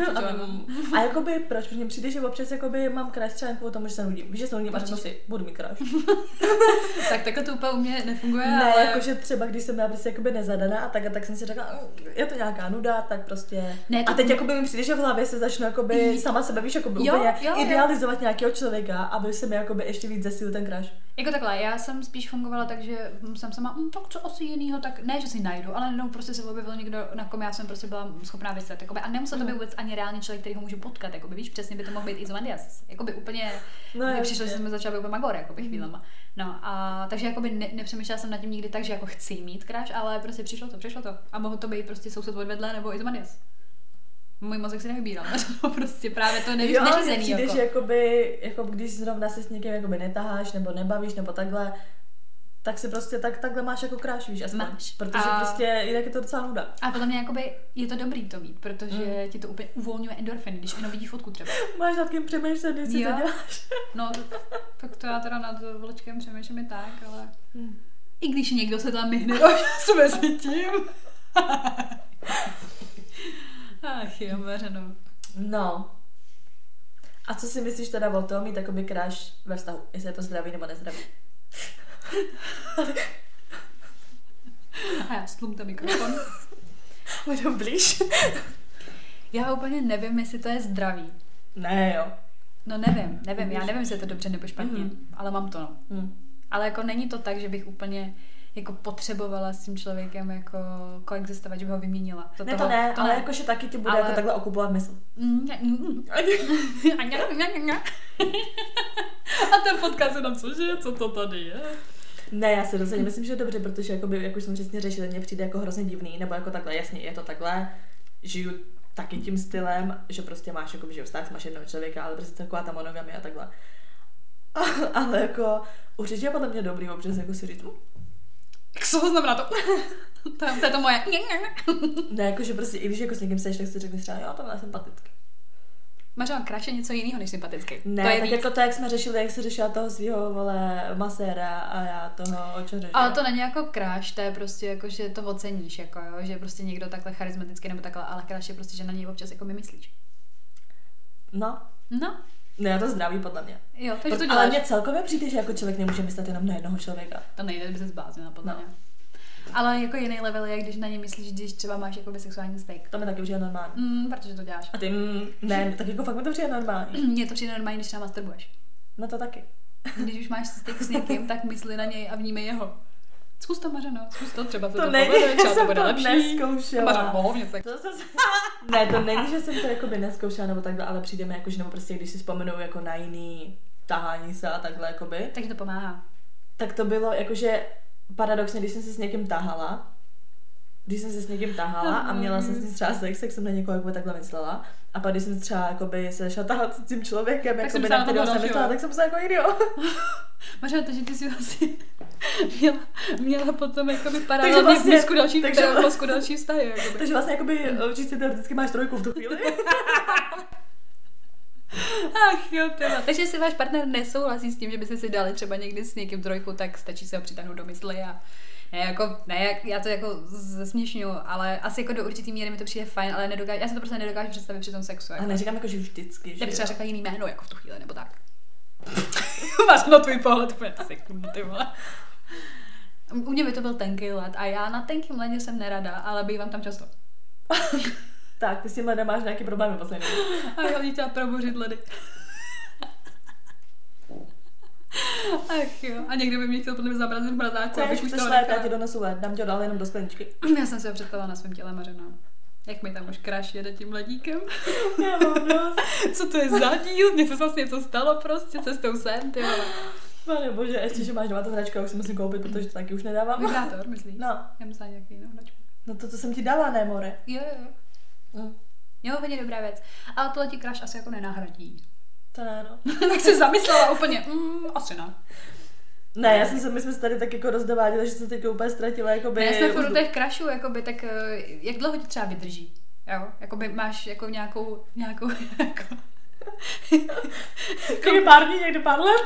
A jakoby, proč mně přijde, že občas jakoby mám crush třeba kvůli tomu, že se nudím. Víš, že se nudím a řeknu si, budu mít crush. Tak to úplně u mě nefunguje, ne, ale... jakože třeba, když jsem já prostě jakoby nezadaná a tak jsem si řekla, je to nějaká nuda, tak prostě... Ne, a teď jakoby mi přijde, že v hlavě se začnu jakoby sama sebe, víš, jakoby úplně idealizovat nějakého člověka, aby se mi jakoby ještě víc zesil ten crush. Jako takhle, já jsem spíš fungovala tak, že jsem sama, tak co asi jinýho, tak ne, že si najdu, ale no prostě se objevil někdo, na kom já jsem prostě byla schopná vyset, jakoby, a nemusel to být vůbec ani reálný člověk, který ho můžu potkat, jakoby, víš, přesně by to mohl být Izomandias, jakoby úplně, přišlo, že jsem začala být úplně magor, jakoby chvílema. No a takže jakoby nepřemýšlela jsem nad tím nikdy tak, že jako chci mít crush, ale prostě přišlo to a mohl to být prostě soused odvedle nebo Izomandias. Můj mozek si nevybíral, to prostě právě to neřízený. Jo, že jakoby, jako když zrovna se s někým jakoby netaháš nebo nebavíš nebo takhle, tak si prostě takhle máš jako crush, víš, aspoň. Protože prostě jinak je to docela nuda. A podle mě jakoby je to dobrý to mít, protože ti to úplně uvolňuje endorfiny, když ono vidí fotku třeba. Máš nad kým přemýšlet, když si to děláš. No, tak to já teda nad vlčkem přemýšlím i tak, ale i když někdo se tam myhne mezi tím. Ach jo, Mařeno. No. A co si myslíš teda o tom mít takoby crush ve vztahu? Jestli je to zdravý nebo nezdravý? A já stlum ten mikrofon. Můžu blíž. Já úplně nevím, jestli to je zdravý. Ne, jo. No nevím, já nevím, jestli je to dobře nebo špatně, ale mám to, no. Ale jako není to tak, že bych úplně jako potřebovala s tím člověkem jako koexistovat, že by ho vyměnila. To ne, ale jakože taky ti bude jako takhle okupovat mysl. A ten podcast je tam cože? Co to tady je? Ne, já si rozhodně myslím, že je dobře, protože jakoby, jak už jsme přesně řešili, mně přijde jako hrozně divný, nebo jako takhle, jasně, je to takhle, žiju taky tím stylem, že prostě máš jakoby, že vztah, máš jednoho člověka, ale prostě taková ta monogamie a takhle. Ale jako, určitě je podle mě dobrý občas jako si říct, co znamená to? To je to moje. Ne, jakože prostě, i když jako s někým seš, tak si řekneš třeba, jo, tohle je sympatický. Máš vám crush je něco jiného než sympatický. Ne, to je tak víc... jako to, jak jsme řešili, jak jsi řešila toho svého maséra a já toho očoře. Ale to není jako crush, to je prostě jako, že to oceníš, jako jo, že prostě někdo takhle charismatický nebo takhle, ale crush je prostě, že na něj občas jako myslíš. No. Ne, je to zdraví podle mě. Jo, takže to děláš. Ale mně celkově přijde, že jako člověk nemůže myslet jenom na jednoho člověka. To nejde, by se zbláznila podle mě. Ale jako jiný level je, když na ně myslíš, když třeba máš jako sexuální steak. To mi taky přijde normální. Protože to děláš. A ty ne, tak jako fakt mi to přijde normální. Mně to přijde normální, když třeba masturbuješ. No to taky. Když už máš steak s někým, tak mysli na něj a vnímej jeho. Zkus to, Mařeno, zkus to, třeba to nejde, třeba to bude lepší. Neskoušela. Mařeno, bohovně se. Ne, to není, že jsem to jakoby neskoušela nebo takhle, ale přijde mi jako, že nebo prostě když si vzpomenu jako na jiný tahání se a takhle jakoby. Takže to pomáhá. Tak to bylo jakože paradoxně, když jsem se s někým tahala a měla jsem s ním třeba sex, tak jsem na někoho jakoby takhle myslela. A pak když jsem třeba jakoby se šla tahat s tím člověkem, jakoby na kterého jsem myslela, tak jsem se jako idiot. Možná to, že ty si asi měla potom jakoby paralelně vlastně, v mozku další vztahy. Takže vlastně jakoby čistě teoreticky máš trojku v tu chvíli. Ach jo, teda. Takže jestli váš partner nesouhlasí s tím, že byste si dali třeba někdy s někým trojku, tak stačí se ho přitáhnout do mysli a já to jako zesměšňuju, ale asi jako do určitý míry mi to přijde fajn, ale já si to prostě nedokážu představit při tom sexu. Jako. A neříkám jako, že vždycky. Já bych třeba řekla jiný jméno, jako v tu chvíli, nebo tak. Máš na tvůj pohled úplně sekundu, ty vole. U mě by to byl tenký led a já na tenkým ledě jsem nerada, ale bývám tam často. Tak, ty s tím ledem máš nějaký problémy poslední. A já bych chtěla probořit ledy. Ach jo, a někdo by mě chtěl podle mě zamrazit v mrazáku, abych už toho já ti donesu led, dám tě ho dál jenom do skleničky. Já jsem si ho představila na svém těle mařená. Jak mi tam už Crush jede tím ledíkem. Já mám dost. Co to je za díl? Mně se vlastně něco stalo prostě cestou sem, ty vole. Pane bože, ještě, že máš doma tu hračku, já už si musím koupit, protože to taky už nedávám. Vibrátor, myslíš? No. Já myslím nějaký jinou hračku. No to, co jsem ti dala, ne, more. Jo. Jo, hodně dobrá věc. Ale tohle ti Crush asi jako nenahradí. To ne, no. Tak se zamyslela úplně, asi ne. Ne, my jsme se tady tak jako rozdováděli, že se teď úplně ztratila, jakoby... Ne, jsme furt u těch Crushů, jakoby, tak jak dlouho ti třeba vydrží? Jo, jakoby máš jako nějakou jako... Někdy pár dní, někdy pár let.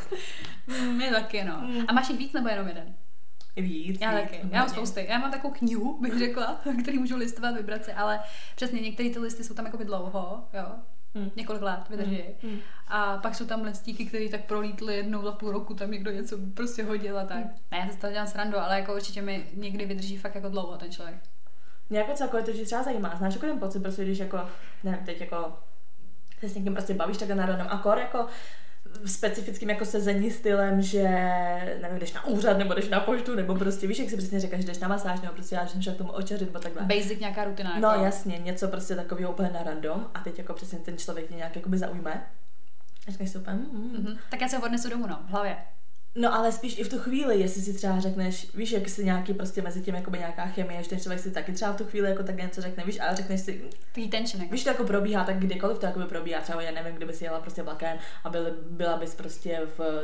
Mě taky, no. A máš jich víc nebo jenom jeden? Víc. Já taky. Já mám spousty. Já mám takovou knihu, bych řekla, který můžu listovat, vibrace, ale přesně některé ty listy jsou tam jakoby dlouho, jo. Několik let vydrží. A pak jsou tam listíky, které tak prolítly jednou za půl roku, tam někdo něco prostě hodil a tak. Ne, já se to dělám srandu, ale jako určitě mi někdy vydrží fakt jako dlouho ten člověk. Mě jako celkově to, že třeba zajímá, znáš jako ten pocit, prostě když jako, nevím, teď jako se s někým prostě bavíš takhle národem akor, jako specifickým jako sezení stylem, že nevím, jdeš na úřad, nebo jdeš na poštu, nebo prostě víš, jak si přesně říkáš, že jdeš na masáž, nebo prostě já jdeš k tomu očařit, nebo takhle. Basic nějaká rutina. No jako. jasně, něco prostě takového úplně na random a teď jako přesně ten člověk tě nějak jakoby zaujme. A říkáš si úplně, Tak já se ho odnesu domů, no, v hlavě. No ale spíš i v tu chvíli, jestli si třeba řekneš, víš, jak si nějaký prostě mezi tím jakoby nějaká chemie, že ten člověk si taky třeba v tu chvíli jako tak něco řekne, víš, ale řekneš si, tension, víš, to jako probíhá, tak kdykoliv to jakoby probíhá, třeba já nevím, kdyby si jela prostě vlakem a byla bys prostě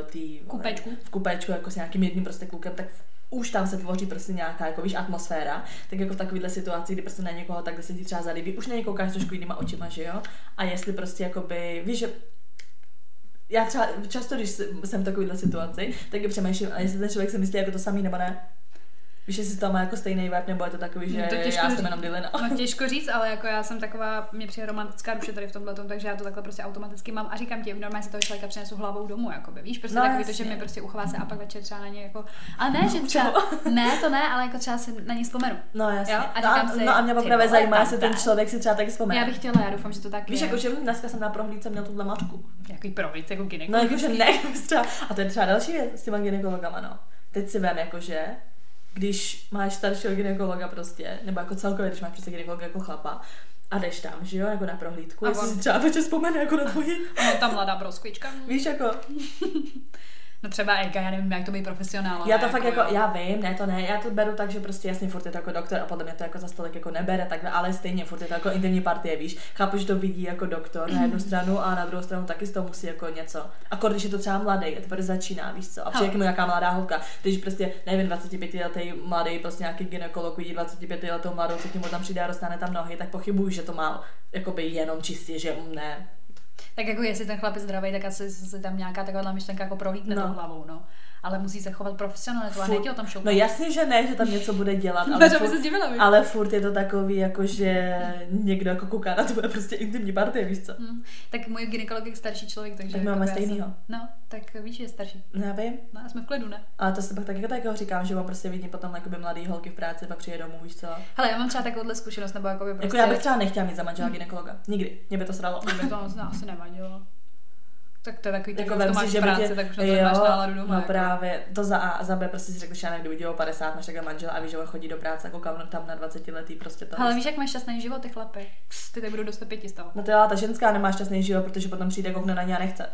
v kupečku jako s nějakým jedním prostě klukem, tak už tam se tvoří prostě nějaká jako víš atmosféra, tak jako v takovéhle situaci, kdy prostě na někoho takhle se ti třeba zalíbí, už na něj koukáš trošku jinýma očima, že jo? A jestli prostě jakoby, víš, že já třeba často, když jsem v takovéhle situaci, tak je přemýšlím, a jestli ten člověk si myslí jako to samý nebo ne. Víš, jestli to má jako stejný vibe, nebo je to takový, že já jsem jenom Dylina. No těžko říct, ale jako já jsem taková, mě přijde romantická duše tady v tomhletom, takže já to takhle prostě automaticky mám a říkám ti, normálně si toho člověka přinesu hlavou domů, jakoby, víš, prostě takový to, že mi prostě uchová se a pak večer třeba na něj jako, ale ne, že třeba, ne, to ne, ale jako třeba si na něj vzpomenu. No jasně. Jo? A říkám si, a mě právě zajímá, jestli ten člověk si třeba taky vzpomene. Já bych chtěla, já doufám, že to tak víš, je. jako že dneska jsem na prohlídce měl tuhle mačku. Jaký prohlídce, jako gynekolog. No jakože ne, třeba, a to je třeba další věc s těma gynekologama, no. Teď si vem jakože když máš staršího gynekologa prostě, nebo jako celkově, když máš prostě gynekologa jako chlapa a jdeš tam, že jo, jako na prohlídku, jestli si třeba večer vzpomene jako na tvoji. No ta mladá broskvička. Víš, jako. No třeba Ejka, já nevím, jak to být profesionál. Já to fakt jako, já vím, ne, já to beru tak, že prostě jasně furt je to jako doktor a podle mě to jako za stolik jako nebere takhle, ale stejně furt je to jako intimní partie, víš. Chápu, že to vidí jako doktor na jednu stranu a na druhou stranu taky z toho musí jako něco. Akor, když je to třeba mladý, a teprve začíná, víš co. A přijde mu nějaká mladá holka, když prostě, nevím, 25letý mladý, prostě nějaký gynekolog vidí 25letou mladou, co tím tam přijde a dostane tam nohy, tak pochybuju, že to má jakoby jenom čistě, že ne. Tak jako jestli ten chlap je zdravý, tak asi se tam nějaká taková myšlenka jako prohlídne tou hlavou, no. Ale musí se chovat profesionálně, to a nejde o tom šoupat. No jasně, že ne, že tam něco bude dělat, ale furt je to takový, jako že někdo jako kouká na tvoje prostě intimní partie, víš co? Tak můj gynekolog je starší člověk, takže... Tak my máme stejnýho. No, tak víš, že je starší. Já vím. No a jsme v klidu, ne? Ale to se pak taky tak říkám, že on prostě vidí potom jakoby mladý holky v práci, pak přijde domů, víš co? Hele, já mám třeba takovouhle zkušenost, nebo jakoby prostě... Jako já bych třeba nechtěla mít za manžela gynekologa. Nikdy. Mě by to sralo. Mě by to asi nevadilo. Tak to je takový, jako že máš práci, tak už na to máš náladu doma. No jako. Právě, to za A a za B prostě si řekl, že já někdo vidí o 50, máš takhle manžela a víš, že on chodí do práce, koukám tam na 20letý prostě to. Ale víš, jak máš šťastný život, ty chlapy. Ty tady budou do 105 z toho. No to já, ta ženská nemá šťastný život, protože potom přijde koukne na ně a nechce.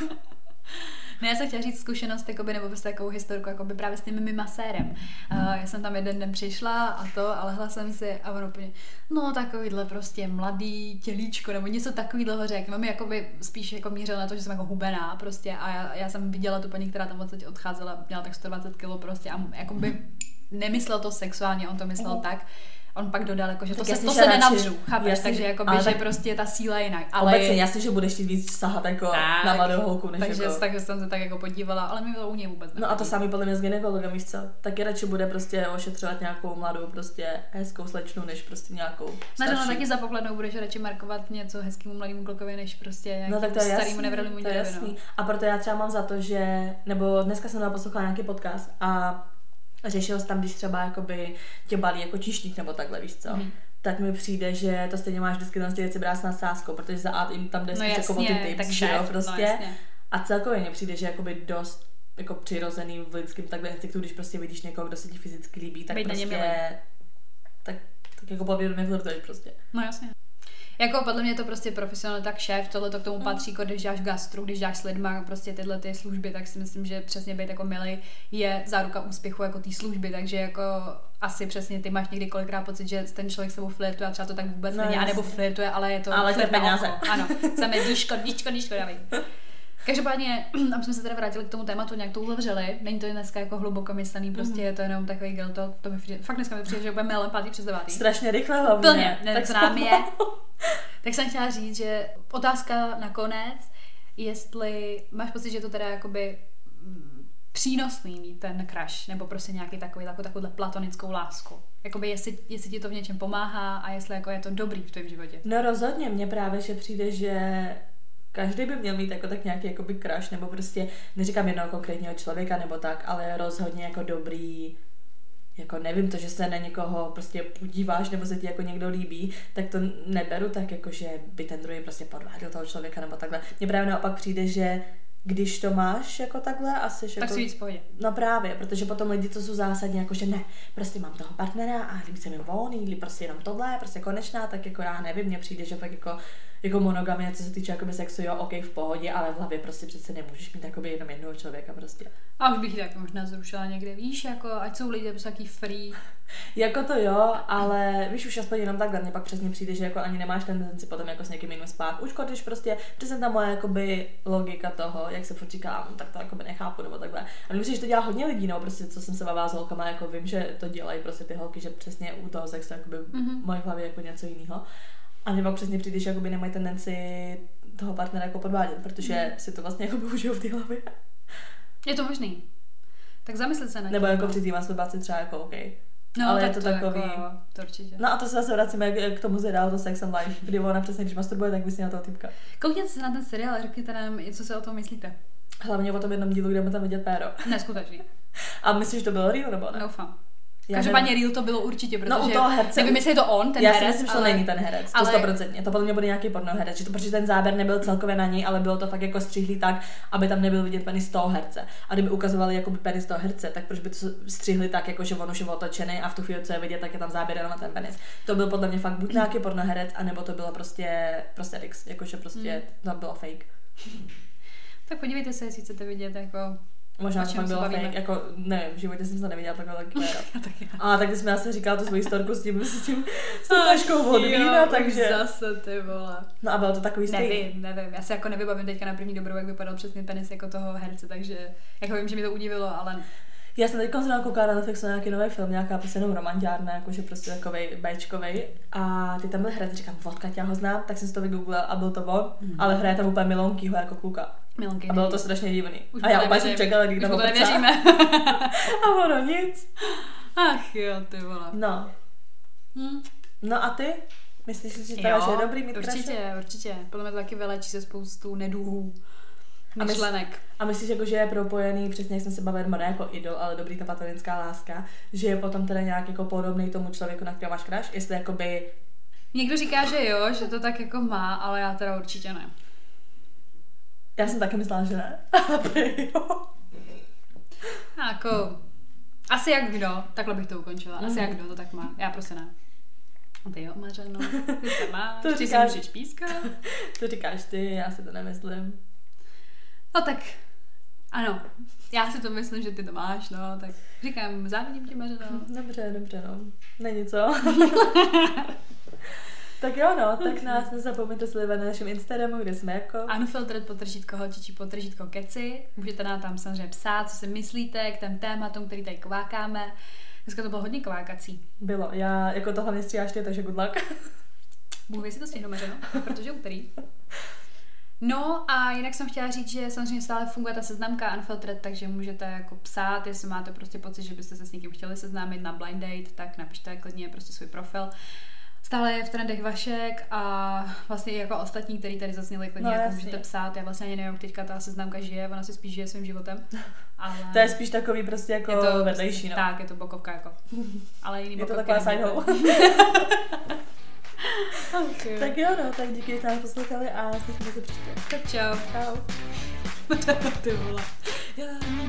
Ne, já jsem chtěla říct zkušenost, jakoby, nebo prostě takovou historku, jakoby právě s tím mým masérem. Já jsem tam jeden den přišla a to, ale hlasla jsem si a on úplně, no takovýhle prostě mladý tělíčko, nebo něco takovýhle řekl. Mami jakoby spíš jako mířil na to, že jsem jako hubená prostě a já jsem viděla tu paní, která tam odsaď odcházela, měla tak 120 kg prostě a jakoby nemyslel to sexuálně, on to myslel tak. On pak dodal, jako, že to jasně, se nenavřu, chápeš, jasně, takže jakoby, že prostě ta síla je jinak. Ale obecně jasně, že budeš ti víc sahat jako na mladou holku, než takže, jako... Takže jsem se tak jako podívala, ale mi to u něj vůbec nevadí. No a to samý podle mě s gynekologem, víš co? Taky radši bude prostě ošetřovat nějakou mladou prostě hezkou slečnu, než prostě nějakou starší. No taky za pokladnou budeš radši markovat něco hezkému mladému klukovi, než prostě nějakému starému nevrlému dědovi. No. A proto já třeba mám za to, že, nebo dneska jsem poslouchala nějaký podcast a řešil jsi tam, když třeba jakoby tě balí jako čišník nebo takhle, víš co? Tak mi přijde, že to stejně máš vždycky ty věci brát s nadsázkou, protože za A jim tam jde spíš jako o ty tips, že jo, prostě. No, a celkově mně přijde, že jakoby dost jako přirozený v lidském takhle instinktu, když prostě vidíš někoho, kdo se ti fyzicky líbí, tak prostě tak jako podvědomě flirtuješ prostě. No jasně. Jako podle mě je to prostě profesionál, tak šéf, tohle to k tomu patří, jako když děláš gastru, když děláš s lidma prostě tyhle ty služby, tak si myslím, že přesně být jako milý je záruka úspěchu jako té služby, takže jako asi přesně ty máš někdy kolikrát pocit, že ten člověk s sebou flirtuje a třeba to tak vůbec není, anebo flirtuje, ale je to flirt na oko. Ano, chceme díško, dávej. Každopádně, aby jsme se teda vrátili k tomu tématu, nějak to uzavřeli, není to dneska jako hluboko myslený, prostě je to jenom takový girl talk, to mi přijde, fakt dneska mi přijde, že budeme 5:55. Strašně rychle hlavně. Plně, nevím, co nám je. Tak jsem chtěla říct, že otázka nakonec, jestli máš pocit, že to teda jakoby přínosný mít ten crush, nebo prostě nějaký takovouhle platonickou lásku. Jakoby jestli ti to v něčem pomáhá a jestli jako je to dobrý v tvém životě. No rozhodně, mně právě že přijde, že každý by měl mít jako tak nějaký jakoby crush, nebo prostě, neříkám jednoho konkrétního člověka nebo tak, ale rozhodně jako dobrý, jako nevím, to, že se na někoho prostě podíváš nebo se ti jako někdo líbí, tak to neberu tak jako, že by ten druhý prostě podváděl toho člověka nebo takhle. Mně právě naopak přijde, že když to máš jako takhle a jsi tak jako... si víc v pohodě. No právě, protože potom lidi, co jsou zásadní, jako že ne, prostě mám toho partnera a líbí se mi volný, líbí prostě jenom tohle, prostě konečná, tak jako já nevím, mně přijde, že fakt jako monogamie, co se týče jakoby sexu, jo, ok, v pohodě, ale v hlavě prostě přece nemůžeš mít jakoby jenom jednoho člověka prostě. A už bych tak možná zrušila někde, víš, jako ať jsou lidi prostě taký free. Jako to jo, ale víš, už aspoň jenom takhle, mně pak přesně přijde, že jako ani nemáš tendenci potom jako s někým jiným spát. Už když prostě přesně ta moje jakoby logika toho, jak se furt říká, tak to jakoby nechápu nebo takhle. A myslím, že to dělá hodně lidí, no, prostě co jsem se bavila s holkama, jako vím, že to dělají prostě ty holky, že přesně u toho sexu jakoby v mojí hlavě jako něco jiného. A mě pak přesně přijde, že jakoby nemají tendenci toho partnera jako podvádět, protože si to vlastně jako užijou v té hlavě. Je to možný. Tak zamyslet se na nebo jako při té masturbaci třeba jako OK. No, ale tak je to takový... Jako, to určitě. No a to se zase vracíme k tomu seriálu to Sex and Life, kdy ona přesně, když masturbuje, tak vysně na toho typka. Koukněte se na ten seriál a řekněte nám, co se o tom myslíte. Hlavně o tom jednom dílu, kde mu tam vidět péro. Neskutečný. A myslíš, že to bylo real nebo ne? Doufám. Každopádně real to bylo určitě, protože no, u toho herce, nevím, jestli je to on, ten herec. Já si myslím, že to není ten herec, to 100%. To podle mě bude nějaký pornoherec, že to, protože ten záběr nebyl celkově na něj, ale bylo to fakt jako střihlý tak, aby tam nebyl vidět penis toho herce. A kdyby ukazovali jakoby penis toho herce, tak proč by to střihli tak, jako že on už je otočený a v tu chvíli, co je vidět, tak je tam záběr na ten penis. To byl podle mě fakt buď nějaký pornoherec, anebo to bylo prostě X, jakože prostě to bylo fake. Tak podívejte se, jestli chcete vidět jako možná to fakt bylo fake, jako nevím, v životě jsem to neviděla takhle taky. A tak jsme asi říkala tu svoji storku s tím taškou od vína, takže... Zase ty vole. No a bylo to takový stejný. Nevím, já se jako nevybavím teďka na první dobrou, jak vypadal přesně penis jako toho herce, takže jako vím, že mi to udivilo, ale... Já jsem teď zrovna koukala na Netflixu na nějaký nový film, nějaká prostě jenom romantiárna, jakože prostě takovej béčkovej. A ty tam byl herec, říkám, vodka, já ho znám, tak jsem si to vygooglila a byl to on, ale hraje tam úplně Milonkýho jako kluka. Milonky. A bylo to strašně divný. A já úplně jsem čekala, když tam nevěříme. A ono nic. Ach jo, ty vole. No. No a ty? Myslíš si, že to je dobrý mít crush? Určitě. Podle mě to taky vylečí se spoustu neduhů. Myšlenek. A myslíš, jako, že je propojený, přesně jak jsem se bavil, ne jako idol, ale dobrý ta platonická láska, že je potom teda nějak jako podobný tomu člověku, na kterého máš crush? Jestli jakoby... Někdo říká, že jo, že to tak jako má, ale já teda určitě ne. Já jsem taky myslela, že ne. Ale jo. Jako... Asi jak kdo, takhle bych to ukončila. Asi jak kdo to tak má. Já prostě ne. A ty jo, Mařeno, ty se máš, ty si můžeš pískat. To říkáš ty, já si to nemyslím. No tak, ano, já si to myslím, že ty to máš, no, tak říkám, závidím tě, Mařeno. Dobře, no, není co. Tak jo, no, tak nás nezapomeňte sledovat na našem Instagramu, kde jsme jako... Unfiltered _holčičí_keci. Můžete nám tam samozřejmě psát, co si myslíte k těm tématům, který tady kvákáme. Dneska to bylo hodně kvákací. Bylo. Já jako to hlavně stříháš ty, takže good luck. Bůh ví, si to stihnu, Mařeno, protože úterý. No a jinak jsem chtěla říct, že samozřejmě stále funguje ta seznamka Unfiltered, takže můžete jako psát, jestli máte prostě pocit, že byste se s někým chtěli seznámit na blind date, tak napište klidně prostě svůj profil. Stále je v trendech Vašek a vlastně i jako ostatní, který tady zazněli, klidně no, jako můžete psát. Já vlastně ani nevím, jak teďka ta seznamka žije, ona si spíš žije svým životem. Ale to je spíš takový prostě jako vedlejší, no. Tak, je to bokovka jako. Ale jiný bokovky. Je to taková side hole. Okay. Tak jo, no, tak díky, že nás poslouchali a slyšíme se příště. Tak čau. Čau. Ty vole.